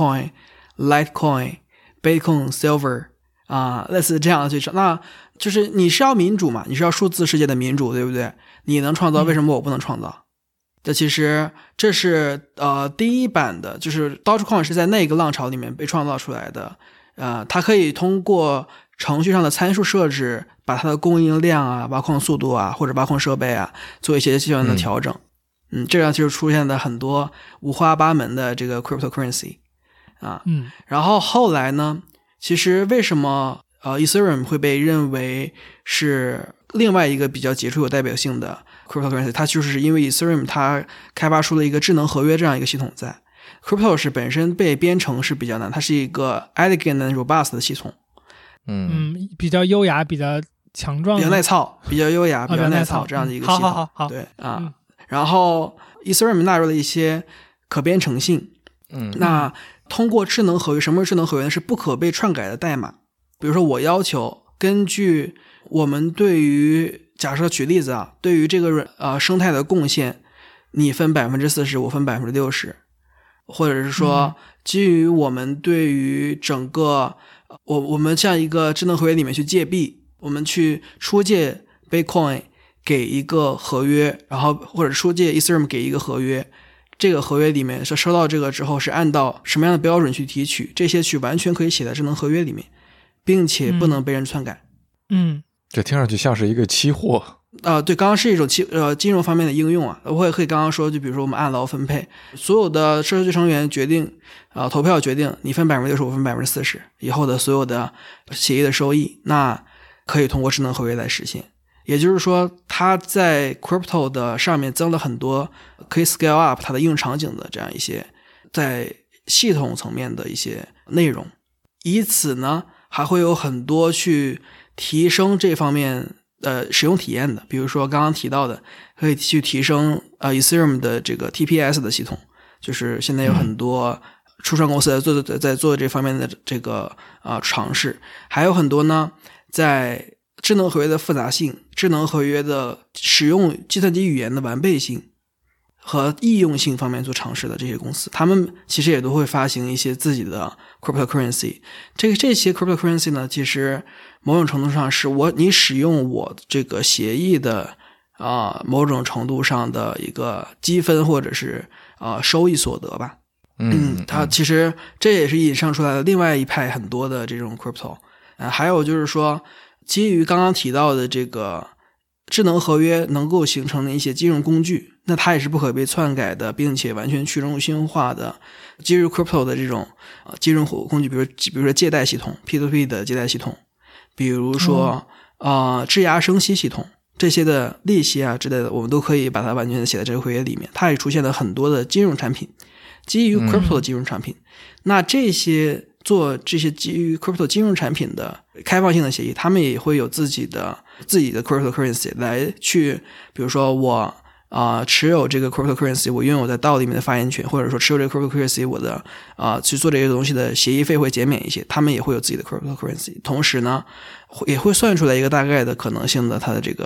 Dogecoin、Litecoin、Bitcoin、Silver 啊、呃，类似这样的去称。那就是你是要民主嘛，你是要数字世界的民主，对不对？你能创造，为什么我不能创造？这、嗯、其实这是呃第一版的，就是 Dogecoin 是在那个浪潮里面被创造出来的，呃，它可以通过程序上的参数设置，把它的供应量啊、挖矿速度啊，或者挖矿设备啊，做一些基本的调整。嗯，嗯这样就是出现了很多五花八门的这个 cryptocurrency 啊。 嗯， 然后后来呢，其实为什么呃 Ethereum 会被认为是另外一个比较杰出有代表性的 cryptocurrency？ 它就是因为 Ethereum 它开发出了一个智能合约这样一个系统在。Crypto 是本身被编程是比较难，它是一个 elegant and robust 的系统。 嗯，比较优雅，比较强壮， 比较耐操，比较优雅，比较耐操这样的一个系统。 好好好好， 对啊、嗯。然后 Ethereum 纳入了一些可编程性。 嗯， 那通过智能合约，什么是智能合约呢？是不可被篡改的代码。比如说，我要求根据我们对于假设举例子啊，对于这个呃生态的贡献，你分百分之四十，我分百分之六十，或者是说、嗯、基于我们对于整个。我我们像一个智能合约里面去借币，我们去出借 Bitcoin 给一个合约，然后或者出借 Ethereum 给一个合约，这个合约里面是收到这个之后是按照什么样的标准去提取，这些去完全可以写在智能合约里面，并且不能被人篡改。 嗯， 这听上去像是一个期货。 呃，对，刚刚是一种期呃金融方面的应用啊。我也可以刚刚说，就比如说我们按劳分配，所有的社区成员决定啊、呃、投票决定，你分百分之六十，我分百分之四十，以后的所有的协议的收益，那可以通过智能合约来实现。也就是说，它在 crypto 的上面增了很多可以 scale up 它的应用场景的这样一些在系统层面的一些内容，以此呢还会有很多去提升这方面。呃，使用体验的，比如说刚刚提到的，可以去提升呃 Ethereum 的这个 T P S 的系统，就是现在有很多初创公司在做在做这方面的这个啊、呃、尝试，还有很多呢在智能合约的复杂性、智能合约的使用计算机语言的完备性和易用性方面做尝试的这些公司，他们其实也都会发行一些自己的 cryptocurrency。这个这些 cryptocurrency 呢，其实某种程度上是我你使用我这个协议的啊、呃、某种程度上的一个积分或者是啊、呃、收益所得吧。 嗯， 它其实这也是引申出来的另外一派很多的这种 crypto。呃，还有就是说，基于刚刚提到的这个智能合约能够形成的一些金融工具，那它也是不可被篡改的，并且完全去中心化的基于 crypto 的这种呃金融工具，比如比如说借贷系统 P to P 的借贷系统，比如说、嗯、呃质押生息系统，这些的利息啊之类的，我们都可以把它完全的写在这个合约里面。它也出现了很多的金融产品，基于 crypto 的金融产品、嗯、那这些做这些基于 crypto 金融产品的开放性的协议，他们也会有自己的自己的 cryptocurrency 来去，比如说我啊、呃、持有这个 cryptocurrency， 我拥有在 D A O 里面的发言权，或者说持有这个 cryptocurrency， 我的啊、呃、去做这些东西的协议费会减免一些，他们也会有自己的 cryptocurrency。同时呢，也会算出来一个大概的可能性的它的这个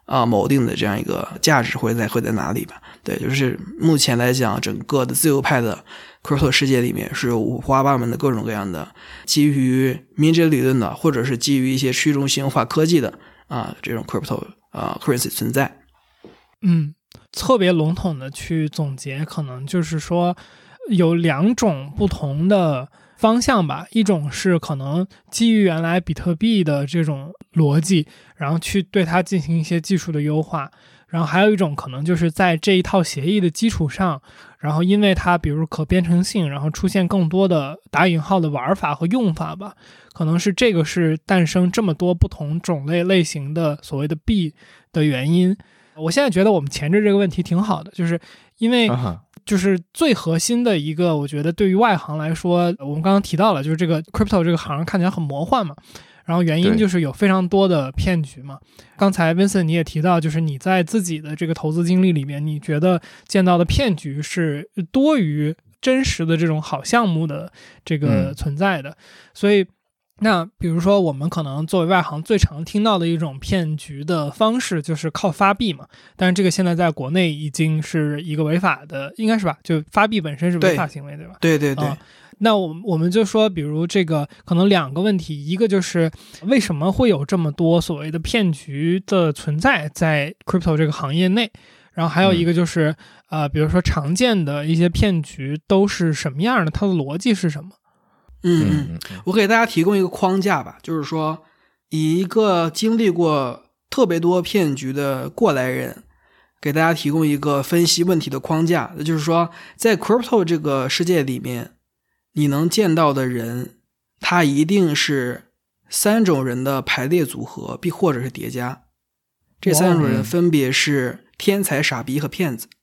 啊锚定的这样一个价值会在会在哪里吧。对，就是目前来讲，整个的自由派的 crypto 世界里面是有五花八门的各种各样的基于民主理论的，或者是基于一些去中心化科技的啊这种 crypto 啊 currency 存在。 嗯，特别笼统的去总结，可能就是说有两种不同的方向吧。一种是可能基于原来比特币的这种逻辑，然后去对它进行一些技术的优化，然后还有一种可能就是在这一套协议的基础上，然后因为它比如可编程性，然后出现更多的打引号的玩法和用法吧，可能是这个是诞生这么多不同种类类型的所谓的币的原因。我现在觉得我们前置这个问题挺好的，就是因为就是最核心的一个，我觉得对于外行来说，我们刚刚提到了，就是这个 crypto 这个行看起来很魔幻嘛，然后原因就是有非常多的骗局嘛。刚才 Vincent 你也提到，就是你在自己的这个投资经历里面，你觉得见到的骗局是多于真实的这种好项目的这个存在的，嗯、所以那比如说我们可能作为外行最常听到的一种骗局的方式就是靠发币嘛，但是这个现在在国内已经是一个违法的，应该是吧，就发币本身是违法行为 对, 对吧？ 对对对、嗯、 那我们我们就说比如这个可能两个问题，一个就是为什么会有这么多所谓的骗局的存在在 crypto 这个行业内，然后还有一个就是、嗯、呃，比如说常见的一些骗局都是什么样的，它的逻辑是什么？ 嗯，我给大家提供一个框架吧，就是说以一个经历过特别多骗局的过来人给大家提供一个分析问题的框架，也就是说在 crypto 这个世界里面你能见到的人，他一定是三种人的排列组合并或者是叠加，这三种人分别是天才、傻逼和骗子。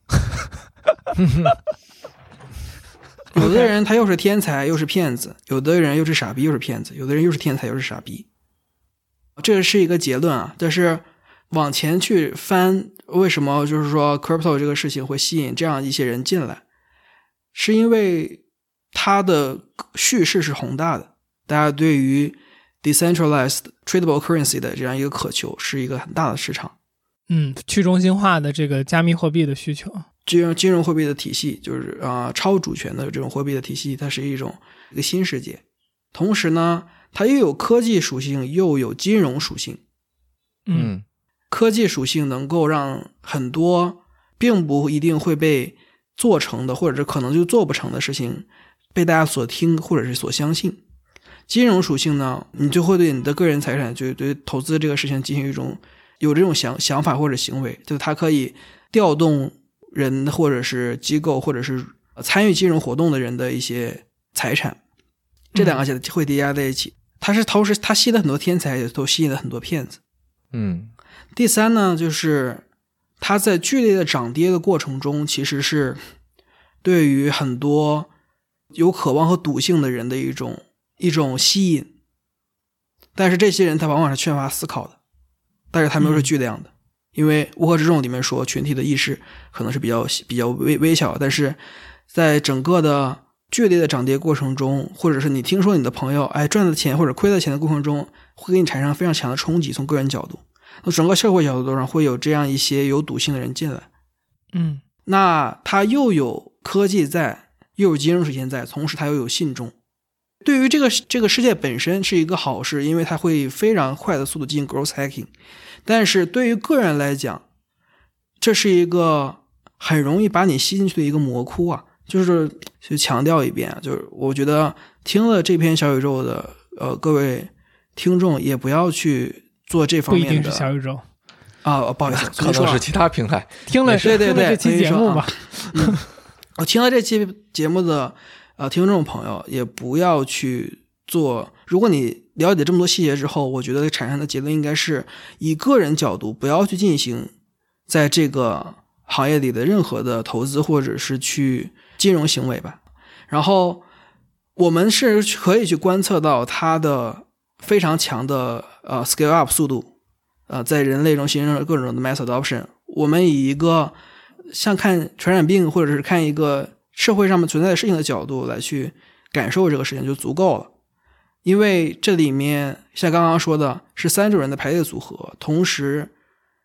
有的人他又是天才又是骗子，有的人又是傻逼又是骗子，有的人又是天才又是傻逼。这是一个结论啊，但是往前去翻，为什么就是说 crypto 这个事情会吸引这样一些人进来，是因为它的叙事是宏大的，大家对于 decentralized tradable currency 的这样一个渴求是一个很大的市场。 嗯，去中心化的这个加密货币的需求， 金融金融货币的体系，就是啊、呃、超主权的这种货币的体系，它是一种一个新世界。同时呢，它又有科技属性，又有金融属性。 嗯， 科技属性能够让很多并不一定会被做成的，或者是可能就做不成的事情被大家所听或者是所相信。金融属性呢，你就会对你的个人财产，就对投资这个事情进行一种有这种想想法或者行为，就是它可以调动人或者是机构或者是参与金融活动的人的一些财产，这两个会叠加在一起。它是同时它吸了很多天才，也都吸引了很多骗子。 嗯， 第三呢，就是它在剧烈的涨跌的过程中，其实是对于很多有渴望和赌性的人的一种一种吸引。但是这些人他往往是缺乏思考的，但是他们又是巨量的。嗯，因为乌合之众里面说群体的意识可能是比较比较微微小，但是在整个的剧烈的涨跌过程中，或者是你听说你的朋友哎赚的钱或者亏的钱的过程中，会给你产生非常强的冲击，从个人角度，从整个社会角度上会有这样一些有赌性的人进来。 嗯， 那他又有科技在，又有金融属性在，同时他又有信众。对于这个这个世界本身是一个好事，因为它会非常快的速度进行 growth hacking。但是对于个人来讲，这是一个很容易把你吸进去的一个魔窟啊！就是去强调一遍，就是我觉得听了这篇小宇宙的呃各位听众也不要去做这方面的， 不一定是小宇宙啊，不好意思， 可能是其他平台听了对对对这期节目吧。 嗯，我听了这期节目的呃听众朋友也不要去做，如果你了解这么多细节之后，我觉得产生的结论应该是以个人角度不要去进行在这个行业里的任何的投资或者是去金融行为吧。然后我们是可以去观测到它的非常强的呃 scale up 速度，呃在人类中形成了各种的 mass adoption。我们以一个像看传染病或者是看一个社会上面存在的事情的角度来去感受这个事情就足够了。因为这里面像刚刚说的是三种人的排列组合，同时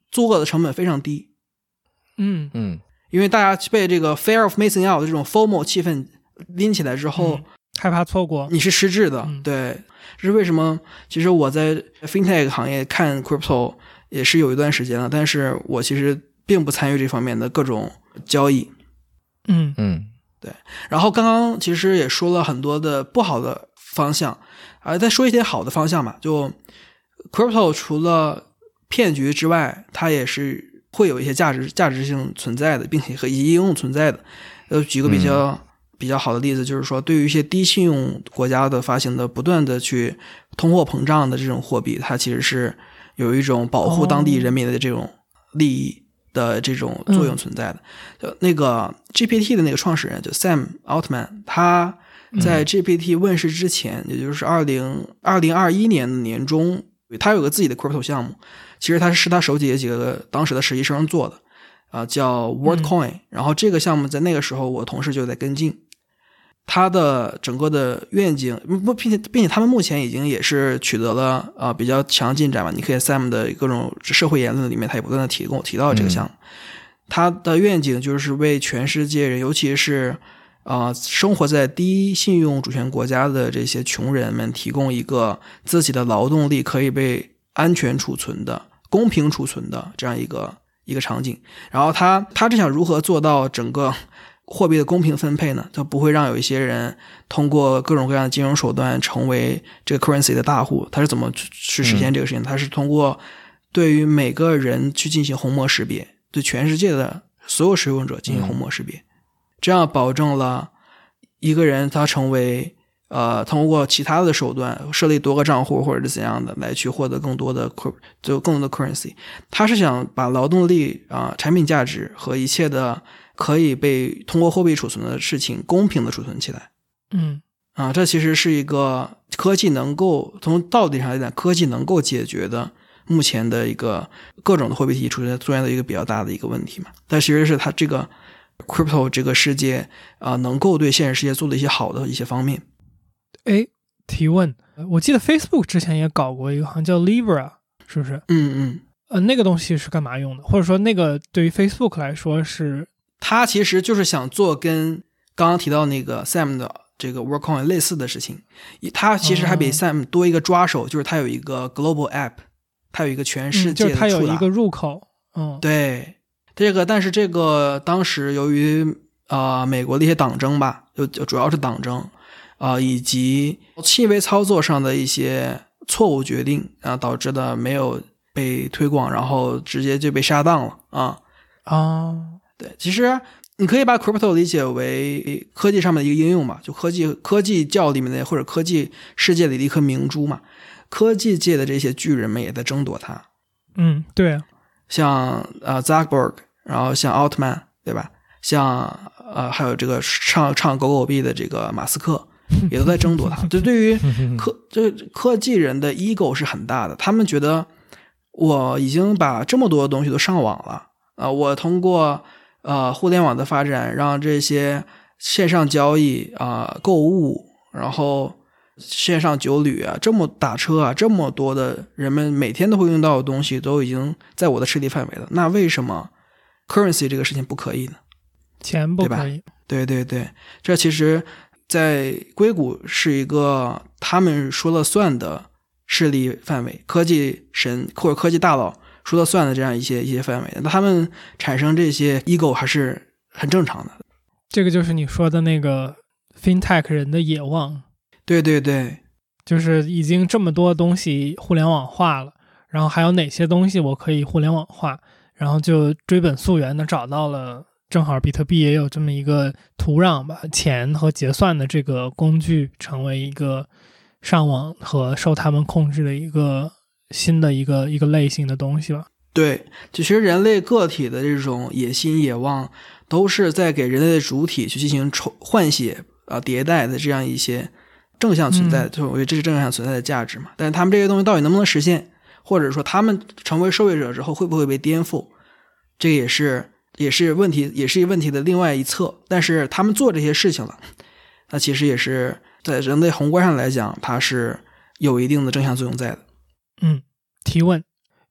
作恶的成本非常低。 嗯嗯， 因为大家被这个 fear of missing out 的这种 FOMO 气氛拎起来之后、 嗯、害怕错过， 你是失智的、 嗯、 对，这是为什么其实我在 fintech 行业看 crypto 也是有一段时间了，但是我其实并不参与这方面的各种交易。 嗯嗯， 对。然后刚刚其实也说了很多的不好的方向啊，再说一些好的方向嘛。就 crypto 除了骗局之外，它也是会有一些价值价值性存在的，并且和应用存在的。呃，举个比较、嗯、比较好的例子，就是说对于一些低信用国家的发行的不断的去通货膨胀的这种货币，它其实是有一种保护当地人民的这种利益的这种作用存在的。就、嗯、那个 G P T 的那个创始人就 Sam Altman， 他在 G P T 问世之前、嗯、也就是二零二零二一年的年中，他有个自己的 crypto 项目，其实他是他手底下几个当时的实习生做的啊、呃，叫 WorldCoin、嗯、然后这个项目在那个时候我同事就在跟进。他的整个的愿景，并且并且他们目前已经也是取得了呃比较强进展嘛。你可以 Sam 的各种社会言论里面，他也不断的提跟我提到这个项目。嗯、他的愿景就是为全世界人，尤其是呃生活在低信用主权国家的这些穷人们，提供一个自己的劳动力可以被安全储存的、公平储存的这样一个一个场景。然后他他是想如何做到整个货币的公平分配呢？就不会让有一些人通过各种各样的金融手段成为这个 currency 的大户。他是怎么去实现这个事情？他、嗯、是通过对于每个人去进行虹膜识别，对全世界的所有使用者进行虹膜识别，嗯、这样保证了一个人他成为呃通过其他的手段设立多个账户或者是怎样的来去获得更多的就更多的 currency。他是想把劳动力啊、呃、产品价值和一切的可以被通过货币储存的事情公平的储存起来。 嗯啊，这其实是一个科技能够从道理上来讲，科技能够解决的目前的一个各种的货币体系出现出现的一个比较大的一个问题嘛。但其实是它这个 crypto 这个世界啊、呃，能够对现实世界做的一些好的一些方面。 哎，提问，我记得 Facebook 之前也搞过一个，好像叫 Libra， 是不是？ 嗯嗯。 呃，那个东西是干嘛用的？或者说那个对于 Facebook 来说是？ 他其实就是想做跟刚刚提到那个 Sam 的这个 WorldCoin 类似的事情。他其实还比 Sam 多一个抓手，哦、就是他有一个 Global App， 他有一个全世界的触达、嗯、就是他有一个入口。嗯， 对，这个但是这个当时由于啊、呃、美国的一些党争吧，就主要是党争啊、呃、以及细微操作上的一些错误决定啊、呃、导致的没有被推广，然后直接就被下档了啊啊。哦对，其实你可以把 crypto 理解为科技上面的一个应用嘛，就科技科技教里面的或者科技世界里的一颗明珠嘛，科技界的这些巨人们也在争夺它。 嗯，对啊， 像呃 Zuckerberg， 然后像奥特曼，对吧？像呃还有这个唱唱狗狗币的这个马斯克，也都在争夺它。就对于科这科技人的 ego 是很大的，他们觉得我已经把这么多的东西都上网了啊、呃，我通过呃，互联网的发展让这些线上交易啊、呃、购物，然后线上酒旅啊，这么打车啊，这么多的人们每天都会用到的东西都已经在我的势力范围了，那为什么 currency 这个事情不可以呢？ 钱不可以。 对对对，这其实在硅谷是一个他们说了算的势力范围，科技神或者科技大佬说了算的这样一些一些范围，那他们产生这些 ego 还是很正常的。 这个就是你说的那个 fintech 人的野望。 对对对， 就是已经这么多东西互联网化了，然后还有哪些东西我可以互联网化，然后就追本溯源的找到了，正好比特币也有这么一个土壤吧，钱和结算的这个工具成为一个上网和受他们控制的一个新的一个一个类型的东西吧。 对，其实人类个体的这种野心野望都是在给人类的主体去进行换血啊、迭代的这样一些正向存在的，就、嗯、我觉得这是正向存在的价值嘛。但是他们这些东西到底能不能实现，或者说他们成为受益者之后会不会被颠覆，这个也是也是问题，也是一个问题的另外一侧。但是他们做这些事情了，那其实也是在人类宏观上来讲，它是有一定的正向作用在的。 嗯，提问，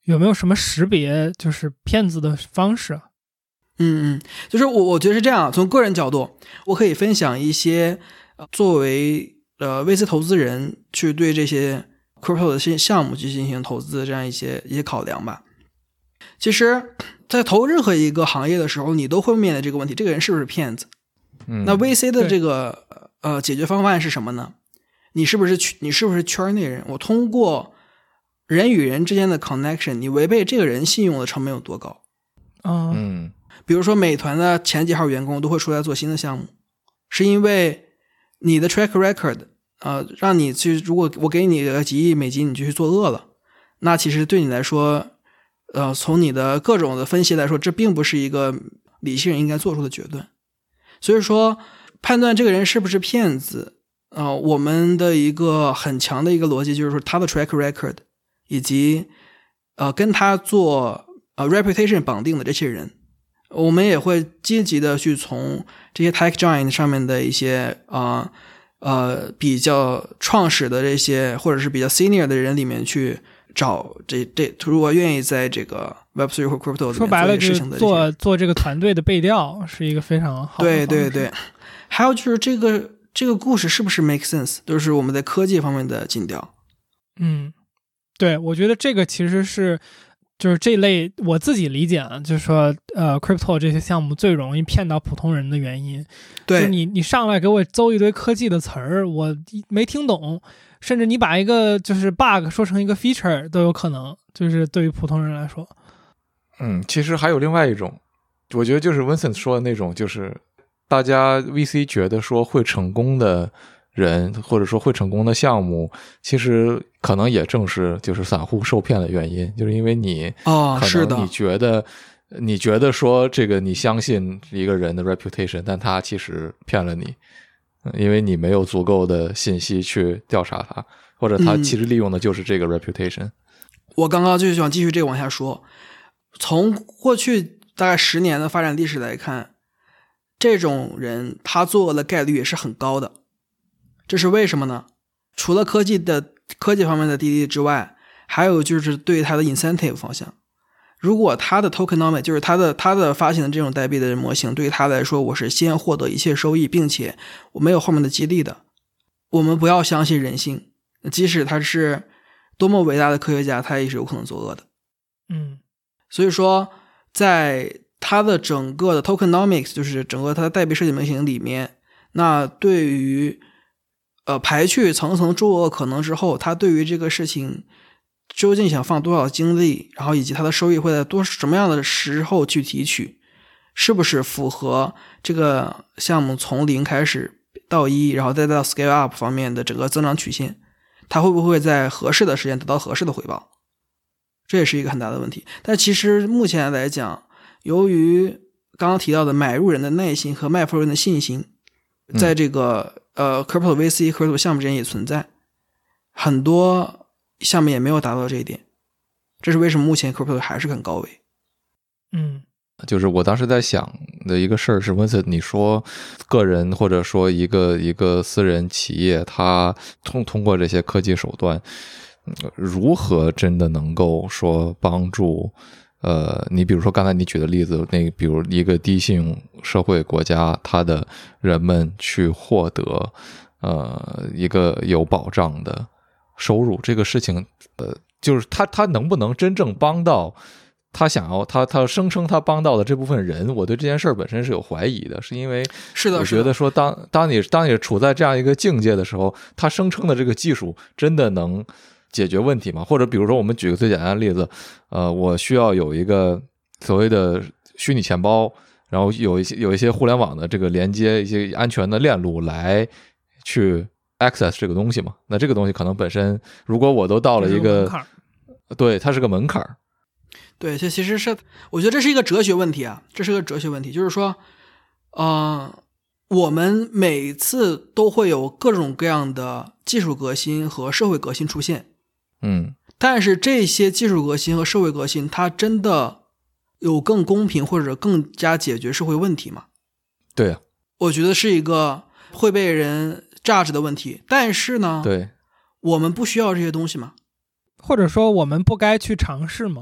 有没有什么识别就是骗子的方式？ 嗯嗯，就是我我觉得是这样，从个人角度，我可以分享一些、呃、作为呃 V C 投资人去对这些 crypto 的新项目去进行投资的这样一些一些考量吧。其实，在投任何一个行业的时候，你都会面临这个问题：这个人是不是骗子？ 嗯， 那 V C 的这个呃解决方案是什么呢？你是不是你是不是圈内人？我通过人与人之间的 connection， 你违背这个人信用的成本有多高？ 嗯嗯。 比如说美团的前几号员工都会出来做新的项目，是因为你的 track record 呃，让你去，如果我给你个几亿美金你就去做恶了，那其实对你来说呃，从你的各种的分析来说，这并不是一个理性人应该做出的决断。所以说判断这个人是不是骗子呃，我们的一个很强的一个逻辑就是说他的 track record 以及呃跟他做呃 reputation 绑定的这些人，我们也会积极的去从这些 tech giant 上面的一些啊 呃, 呃比较创始的这些或者是比较 senior 的人里面去找这这如果愿意在这个 Web 三 或 crypto 里面做一个事情的， 说白了就是做做这个团队的背调是一个非常好的。 对对对，还有就是这个这个故事是不是 make sense， 就是我们在科技方面的尽调。 嗯，对，我觉得这个其实是。就是这类我自己理解啊，就是说呃 crypto 这些项目最容易骗到普通人的原因， 对， 就是你你上来给我诌一堆科技的词儿，我没听懂，甚至你把一个就是 bug 说成一个 feature 都有可能，就是对于普通人来说。 嗯，其实还有另外一种，我觉得就是 Vincent 说的那种，就是大家 V C 觉得说会成功的人或者说会成功的项目，其实可能也正是就是散户受骗的原因，就是因为你哦，是的， 你觉得你觉得说这个你相信一个人的 reputation， 但他其实骗了你，因为你没有足够的信息去调查他，或者他其实利用的就是这个 reputation。嗯、 我刚刚就想继续这个往下说，从过去大概十年的发展历史来看，这种人他做的概率也是很高的。这是为什么呢？除了科技的科技方面的滴滴之外，还有就是对它的 incentive 方向。如果它的 tokenomics 就是它的它的发行的这种代币的模型，对于它来说，我是先获得一切收益，并且我没有后面的激励的。我们不要相信人性，即使他是多么伟大的科学家，他也是有可能作恶的。 嗯， 所以说，在它的整个的 tokenomics， 就是整个它的代币设计模型里面，那对于呃，排去层层诸恶可能之后，他对于这个事情究竟想放多少精力，然后以及他的收益会在多什么样的时候去提取，是不是符合这个项目从零开始到一，然后再到 scale up 方面的整个增长曲线，他会不会在合适的时间得到合适的回报，这也是一个很大的问题。但其实目前来讲，由于刚刚提到的买入人的耐心和卖出人的信心，在这个、嗯呃 crypto V C、crypto 项目之间也存在，很多项目也没有达到这一点，这是为什么目前 crypto 还是很高位。 嗯， 就是我当时在想的一个事儿是 Vincent 你说个人或者说一个一个私人企业，他通通过这些科技手段，如何真的能够说帮助呃，你比如说刚才你举的例子，那比如一个低信用社会国家，它的人们去获得呃一个有保障的收入，这个事情，呃，就是他他能不能真正帮到他想要他他声称他帮到的这部分人？我对这件事儿本身是有怀疑的，是因为是的， 我觉得说当当你当你处在这样一个境界的时候，他声称的这个技术真的能解决问题吗？或者比如说我们举个最简单的例子，呃，我需要有一个所谓的虚拟钱包，然后有一些有一些互联网的这个连接，一些安全的链路来去 access 这个东西嘛。那这个东西可能本身，如果我都到了一个，对，它是个门槛。 对，这其实是我觉得这是一个哲学问题啊，这是个哲学问题，就是说，呃，我们每次都会有各种各样的技术革新和社会革新出现。 嗯， 但是这些技术革新和社会革新，它真的有更公平或者更加解决社会问题吗？ 对啊， 我觉得是一个会被人judge的问题。但是呢， 对， 我们不需要这些东西吗？ 或者说我们不该去尝试吗？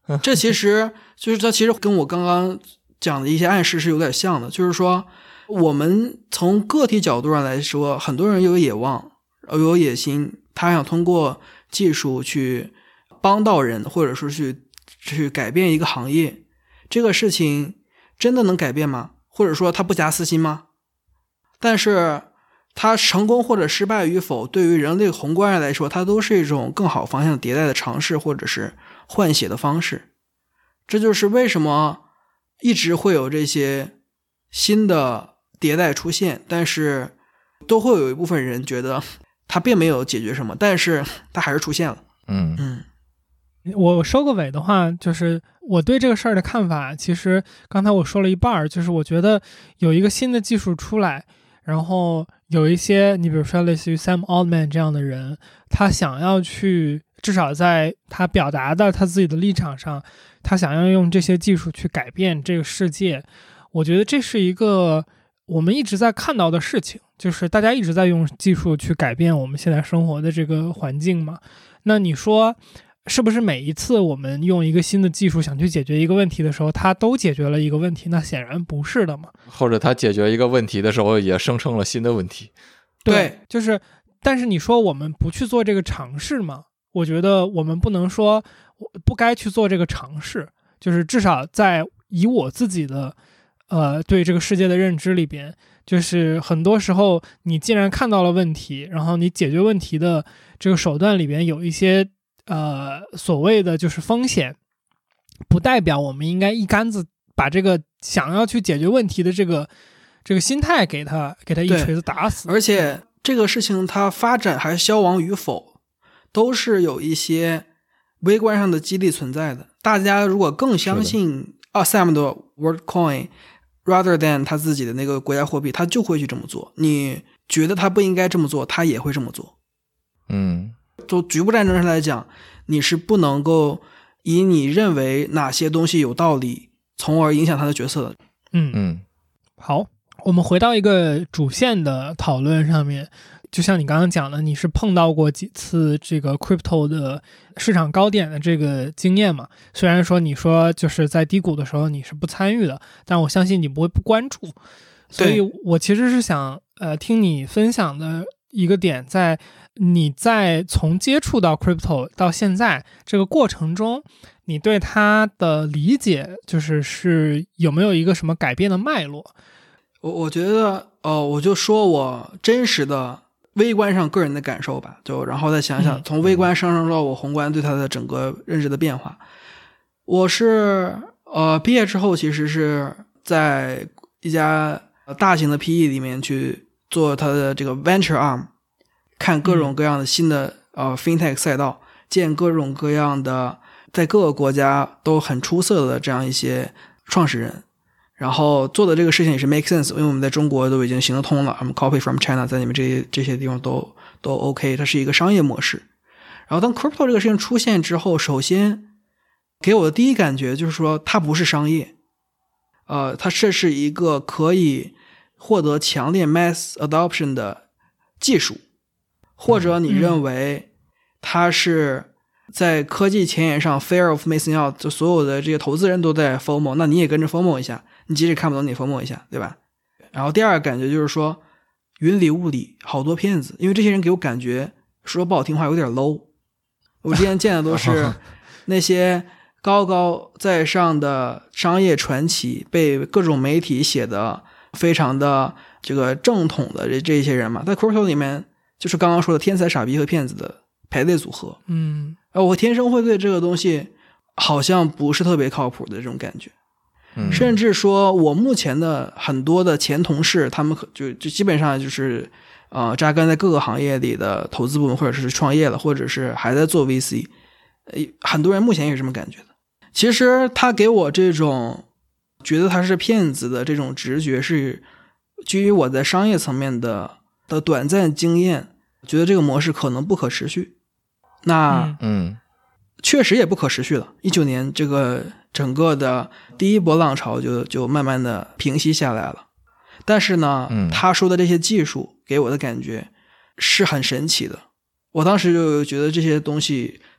这其实就是它其实跟我刚刚讲的一些暗示是有点像的，就是说我们从个体角度上来说，很多人有野望，有野心，他想通过技术去帮到人，或者说去去改变一个行业，这个事情真的能改变吗？或者说他不假私心吗？但是它成功或者失败与否，对于人类宏观上来说，它都是一种更好方向迭代的尝试，或者是换血的方式。这就是为什么一直会有这些新的迭代出现，但是都会有一部分人觉得它并没有解决什么，但是它还是出现了。 嗯嗯， 我收个尾的话，就是我对这个事儿的看法，其实刚才我说了一半，就是我觉得有一个新的技术出来，然后有一些你比如说类似于 Sam Altman 这样的人，他想要去至少在他表达的他自己的立场上，他想要用这些技术去改变这个世界，我觉得这是一个我们一直在看到的事情，就是大家一直在用技术去改变我们现在生活的这个环境嘛。那你说是不是每一次我们用一个新的技术想去解决一个问题的时候，它都解决了一个问题？那显然不是的嘛。 或者他解决一个问题的时候，也生成了新的问题。 对，就是，但是你说我们不去做这个尝试吗？我觉得我们不能说不该去做这个尝试，就是至少在以我自己的呃对这个世界的认知里边，就是很多时候你既然看到了问题，然后你解决问题的这个手段里边有一些呃所谓的就是风险，不代表我们应该一竿子把这个想要去解决问题的这个这个心态给他给他一锤子打死。 而且这个事情它发展还是消亡与否，都是有一些微观上的激励存在的。大家如果更相信 Sam 的 WorldCoin rather than 他自己的那个国家货币，他就会去这么做。你觉得他不应该这么做，他也会这么做。 嗯， 就局部战争上来讲，你是不能够以你认为哪些东西有道理，从而影响他的决策的。 嗯嗯， 好，我们回到一个主线的讨论上面。就像你刚刚讲的，你是碰到过几次这个 crypto 的市场高点的这个经验嘛？虽然说你说就是在低谷的时候你是不参与的，但我相信你不会不关注。所以我其实是想呃听你分享的一个点，在你在从接触到 crypto 到现在这个过程中，你对它的理解就是是有没有一个什么改变的脉络？ 我我觉得呃我就说我真实的微观上个人的感受吧，就然后再想想从微观上升到我宏观对它的整个认知的变化。我是呃毕业之后其实是在一家大型的 P E 里面去做它的这个 venture arm， 看各种各样的新的、嗯、呃 fintech 赛道，见各种各样的在各个国家都很出色的这样一些创始人。然后做的这个事情也是 make sense， 因为我们在中国都已经行得通了，我们 copy from China 在你们这些这些地方都都 OK， 它是一个商业模式。然后当 crypto 这个事情出现之后，首先给我的第一感觉就是说它不是商业，呃，它这是一个可以获得强烈 mass adoption 的技术，或者你认为它是在科技前沿上 fear of missing out， 就所有的这些投资人都在 FOMO， 那你也跟着 FOMO 一下，你即使看不懂你 FOMO 一下，对吧？然后第二个感觉就是说云里雾里好多骗子，因为这些人给我感觉说不好听话有点 low。 我之前见的都是那些高高在上的商业传奇，被各种媒体写的非常的这个正统的这这些人嘛，在 crypto 里面就是刚刚说的天才傻逼和骗子的排列组合。 嗯， 我天生会对这个东西好像不是特别靠谱的这种感觉。 嗯， 甚至说我目前的很多的前同事，他们就就基本上就是呃扎根在各个行业里的投资部门，或者是创业了，或者是还在做 V C， 很多人目前也是这么感觉的。其实他给我这种觉得他是骗子的这种直觉，是基于我在商业层面的的短暂经验，觉得这个模式可能不可持续。那嗯， 确实也不可持续了。一九年这个整个的第一波浪潮就就慢慢的平息下来了。但是呢， 嗯， 他说的这些技术给我的感觉是很神奇的。我当时就觉得这些东西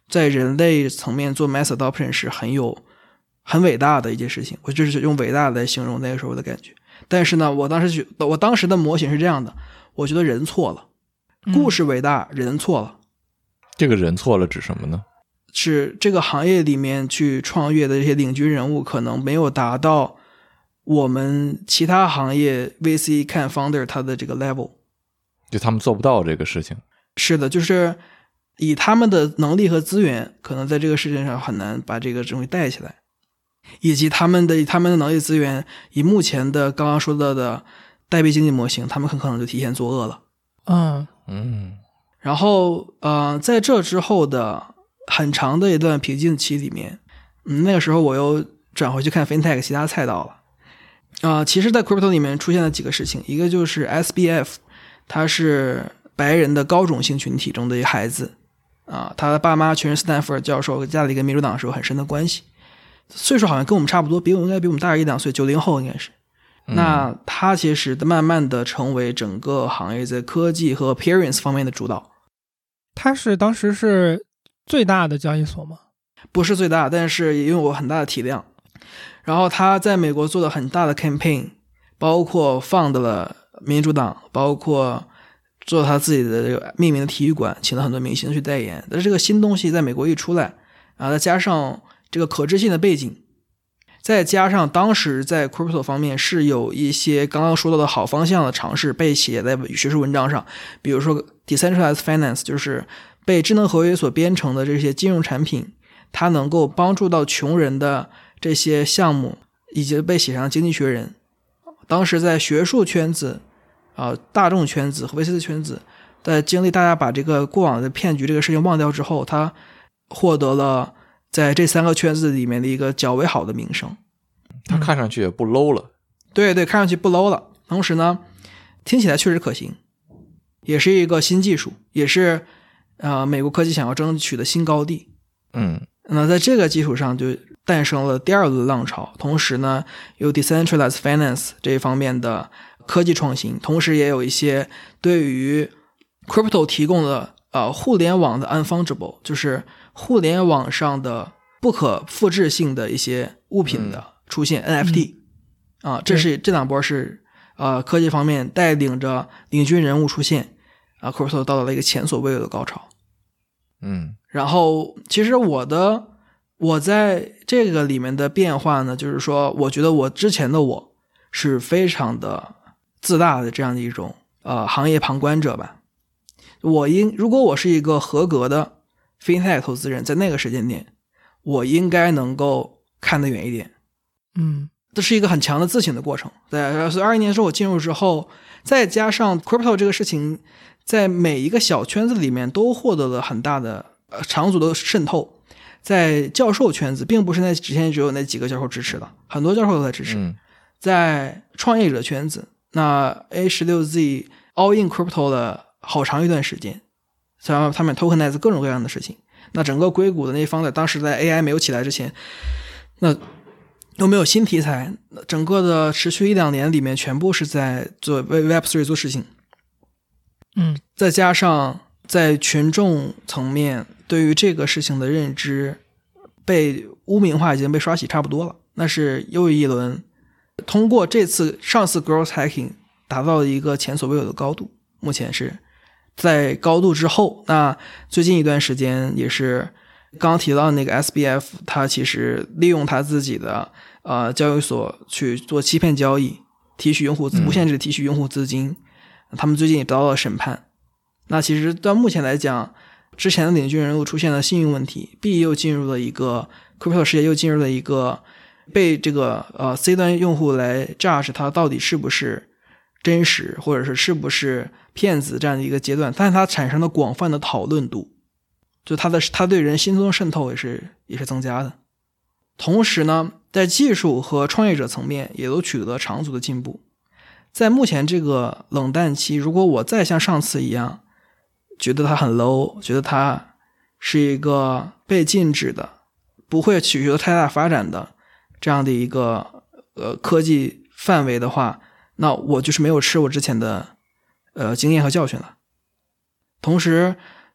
在人类层面做 mass adoption 是很有很伟大的一件事情，我就是用伟大来形容那个时候的感觉。但是呢，我当时我当时的模型是这样的，我觉得人错了，故事伟大，人错了。 这个人错了指什么呢？ 是这个行业里面去创业的这些领军人物可能没有达到我们其他行业 V C 看 founder 他的这个 level， 就他们做不到这个事情。 是的，就是以他们的能力和资源可能在这个事情上很难把这个东西带起来，以及他们的他们的能力资源以目前的刚刚说到的代币经济模型，他们很可能就提前作恶了。 嗯嗯，然后呃，在这之后的很长的一段瓶颈期里面，嗯，那个时候我又转回去看 FinTech 其他赛道了。啊、呃，其实在 Crypto 里面出现了几个事情，一个就是 S B F， 他是白人的高种姓群体中的一个孩子啊，他的爸妈全是斯坦福教授，家里跟民主党是有很深的关系，岁数好像跟我们差不多，比我们应该比我们大一两岁，九零后应该是。那他其实慢慢的成为整个行业在科技和 appearance 方面的主导。 他是当时是最大的交易所吗？ 不是最大，但是也拥有很大的体量。然后他在美国做了很大的 campaign， 包括 fund 了民主党，包括做他自己的这个命名的体育馆，请了很多明星去代言。但是这个新东西在美国一出来，然后再加上这个可知性的背景，再加上当时在 crypto 方面是有一些刚刚说到的好方向的尝试被写在学术文章上，比如说 decentralized finance， 就是被智能合约所编程的这些金融产品，它能够帮助到穷人的这些项目已经被写上经济学人。当时在学术圈子、呃、大众圈子和 V C 的圈子，在经历大家把这个过往的骗局这个事情忘掉之后，他获得了在这三个圈子里面的一个较为好的名声。 他看上去也不 low 了。 对对，看上去不 low 了，同时呢听起来确实可行，也是一个新技术，也是呃美国科技想要争取的新高地。 嗯， 那在这个基础上就诞生了第二轮浪潮，同时呢有 decentralized finance 这一方面的科技创新，同时也有一些对于 crypto 提供的呃互联网的 unfungible， 就是互联网上的不可复制性的一些物品的出现、嗯、N F T 啊、呃，这是这两波是呃科技方面带领着领军人物出现啊、呃、，crypto 到了一个前所未有的高潮。 嗯， 然后其实我的我在这个里面的变化呢，就是说我觉得我之前的我是非常的自大的这样的一种呃行业旁观者吧。我应如果我是一个合格的 FinTech 投资人，在那个时间点我应该能够看得远一点。 嗯， 这是一个很强的自省的过程。对，所以二一年时候我进入之后，再加上 crypto 这个事情在每一个小圈子里面都获得了很大的呃长足的渗透，在教授圈子并不是那之前只有那几个教授支持的，很多教授都在支持、 嗯、 在创业者圈子，那 A 十六 Z all in crypto 了好长一段时间，他们 tokenize 各种各样的事情。那整个硅谷的那方在当时在 A I 没有起来之前，那又没有新题材，整个的持续一两年里面全部是在做 Web 三 做事情。 嗯， 再加上在群众层面对于这个事情的认知被污名化已经被刷洗差不多了，那是又一轮通过这次上次 growth hacking 达到了一个前所未有的高度，目前是在高度之后，那最近一段时间也是刚刚提到那个 S B F， 它其实利用它自己的呃交易所去做欺骗交易，提取用户无限制提取用户资金、嗯、他们最近也得到了审判。那其实到目前来讲，之前的领军人物出现了信用问题， B 又进入了一个 crypto 世界又进入了一个被这个呃 C 端用户来 judge 它到底是不是真实或者是是不是骗子这样的一个阶段，但是它产生了广泛的讨论度，就它的它对人心中的渗透也是也是增加的。同时呢，在技术和创业者层面也都取得了长足的进步。在目前这个冷淡期，如果我再像上次一样觉得它很 low， 觉得它是一个被禁止的不会取得太大发展的这样的一个呃科技范围的话，那我就是没有吃我之前的呃经验和教训了。同时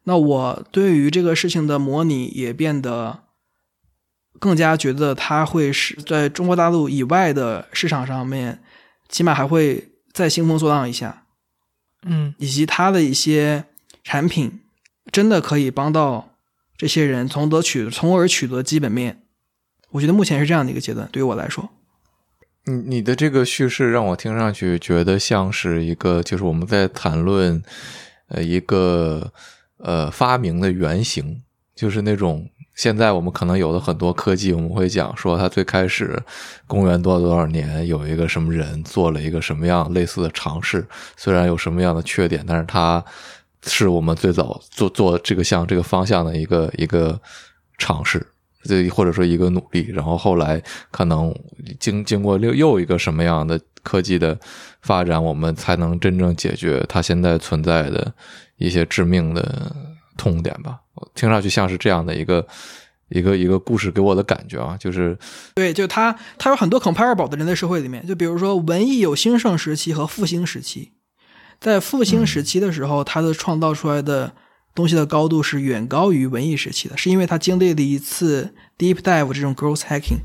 那我对于这个事情的模拟也变得更加觉得它会是在中国大陆以外的市场上面起码还会再兴风作浪一下， 嗯， 以及它的一些产品真的可以帮到这些人从得取从而取得基本面。我觉得目前是这样的一个阶段，对于我来说。 你你的这个叙事让我听上去觉得像是一个，就是我们在谈论呃一个呃发明的原型，就是那种现在我们可能有的很多科技，我们会讲说它最开始公元多少多少年有一个什么人做了一个什么样类似的尝试，虽然有什么样的缺点，但是它是我们最早做做这个向这个方向的一个一个尝试，或者说一个努力，然后后来可能经经过又又一个什么样的科技的发展，我们才能真正解决它现在存在的一些致命的痛点吧。听上去像是这样的一个一个一个故事给我的感觉啊，就是对，就它它有很多 comparable 的人类社会里面，就比如说文艺有兴盛时期和复兴时期，在复兴时期的时候，它的创造出来的东西的高度是远高于文艺时期的，是因为它经历了一次 deep dive 这种 growth hacking。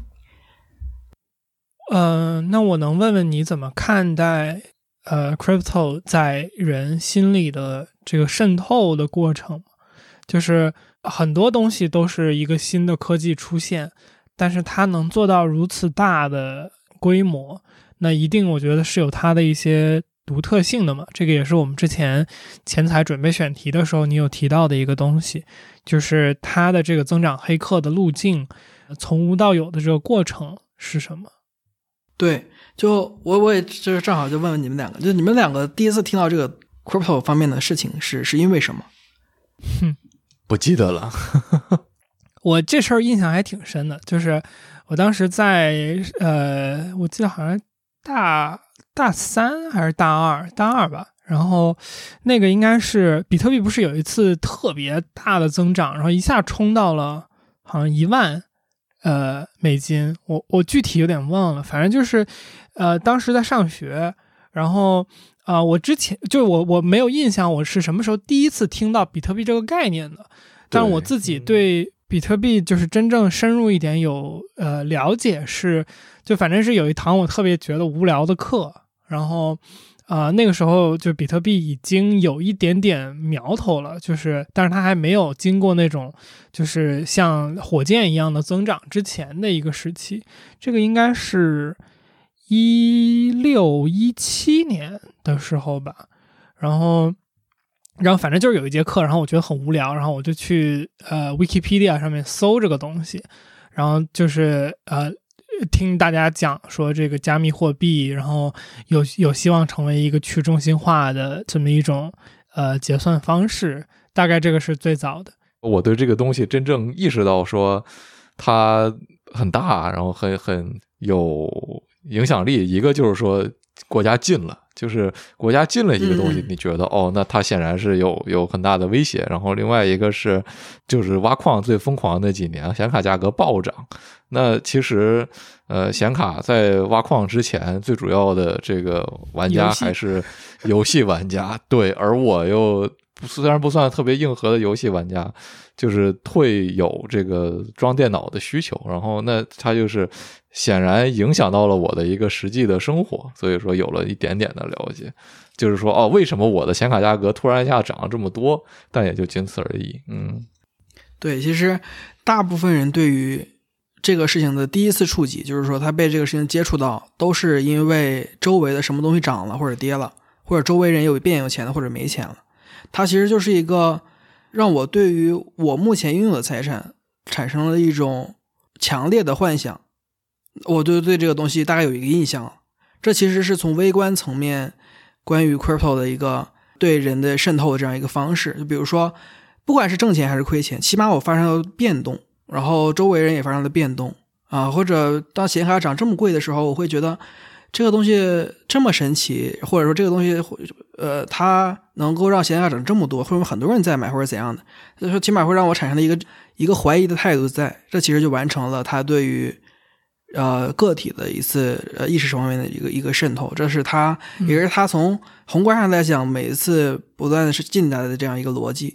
呃，那我能问问你怎么看待呃 crypto 在人心里的这个渗透的过程吗？就是很多东西都是一个新的科技出现，但是它能做到如此大的规模，那一定我觉得是有它的一些独特性的嘛。这个也是我们之前前采准备选题的时候你有提到的一个东西，就是它的这个增长黑客的路径，从无到有的这个过程是什么？ 对，就我我也就是正好就问问你们两个，就你们两个第一次听到这个 crypto 方面的事情是是因为什么？ 哼， 不记得了。 我这事儿印象还挺深的，就是我当时在呃，我记得好像大大三还是大二，大二吧。然后那个应该是比特币不是有一次特别大的增长，然后一下冲到了好像一万呃美金，我我具体有点忘了，反正就是呃当时在上学，然后啊、呃、我之前就我我没有印象我是什么时候第一次听到比特币这个概念的，但我自己对比特币就是真正深入一点有呃了解是，就反正是有一堂我特别觉得无聊的课，然后啊、呃、那个时候就比特币已经有一点点苗头了，就是但是它还没有经过那种就是像火箭一样的增长之前的一个时期，这个应该是一六一七年的时候吧，然后。然后反正就是有一节课，然后我觉得很无聊，然后我就去呃 Wikipedia 上面搜这个东西，然后就是呃听大家讲说这个加密货币，然后有有希望成为一个去中心化的这么一种呃结算方式，大概这个是最早的。 我对这个东西真正意识到说它很大，然后很很有影响力，一个就是说国家禁了。就是国家禁了一个东西，你觉得、嗯、哦，那它显然是有有很大的威胁。然后另外一个是，就是挖矿最疯狂的那几年，显卡价格暴涨。那其实，呃，显卡在挖矿之前，最主要的这个玩家还是游戏玩家。对，而我又虽然不算特别硬核的游戏玩家，就是会有这个装电脑的需求。然后那它就是显然影响到了我的一个实际的生活，所以说有了一点点的了解，就是说哦，为什么我的显卡价格突然一下涨了这么多？但也就仅此而已。嗯， 对，其实大部分人对于这个事情的第一次触及，就是说他被这个事情接触到，都是因为周围的什么东西涨了或者跌了，或者周围人有变有钱了或者没钱了。它其实就是一个让我对于我目前拥有的财产产生了一种强烈的幻想。我对对这个东西大概有一个印象，这其实是从微观层面关于 crypto 的一个对人的渗透的这样一个方式。就比如说不管是挣钱还是亏钱，起码我发生了变动，然后周围人也发生了变动啊，或者当显卡涨这么贵的时候，我会觉得这个东西这么神奇，或者说这个东西呃它能够让显卡涨这么多，或者很多人在买或者怎样的，所以说起码会让我产生了一个一个怀疑的态度在，这其实就完成了它对于呃，个体的一次呃意识方面的一个一个渗透，这是他，也是他从宏观上来讲，每一次不断的是进来的这样一个逻辑。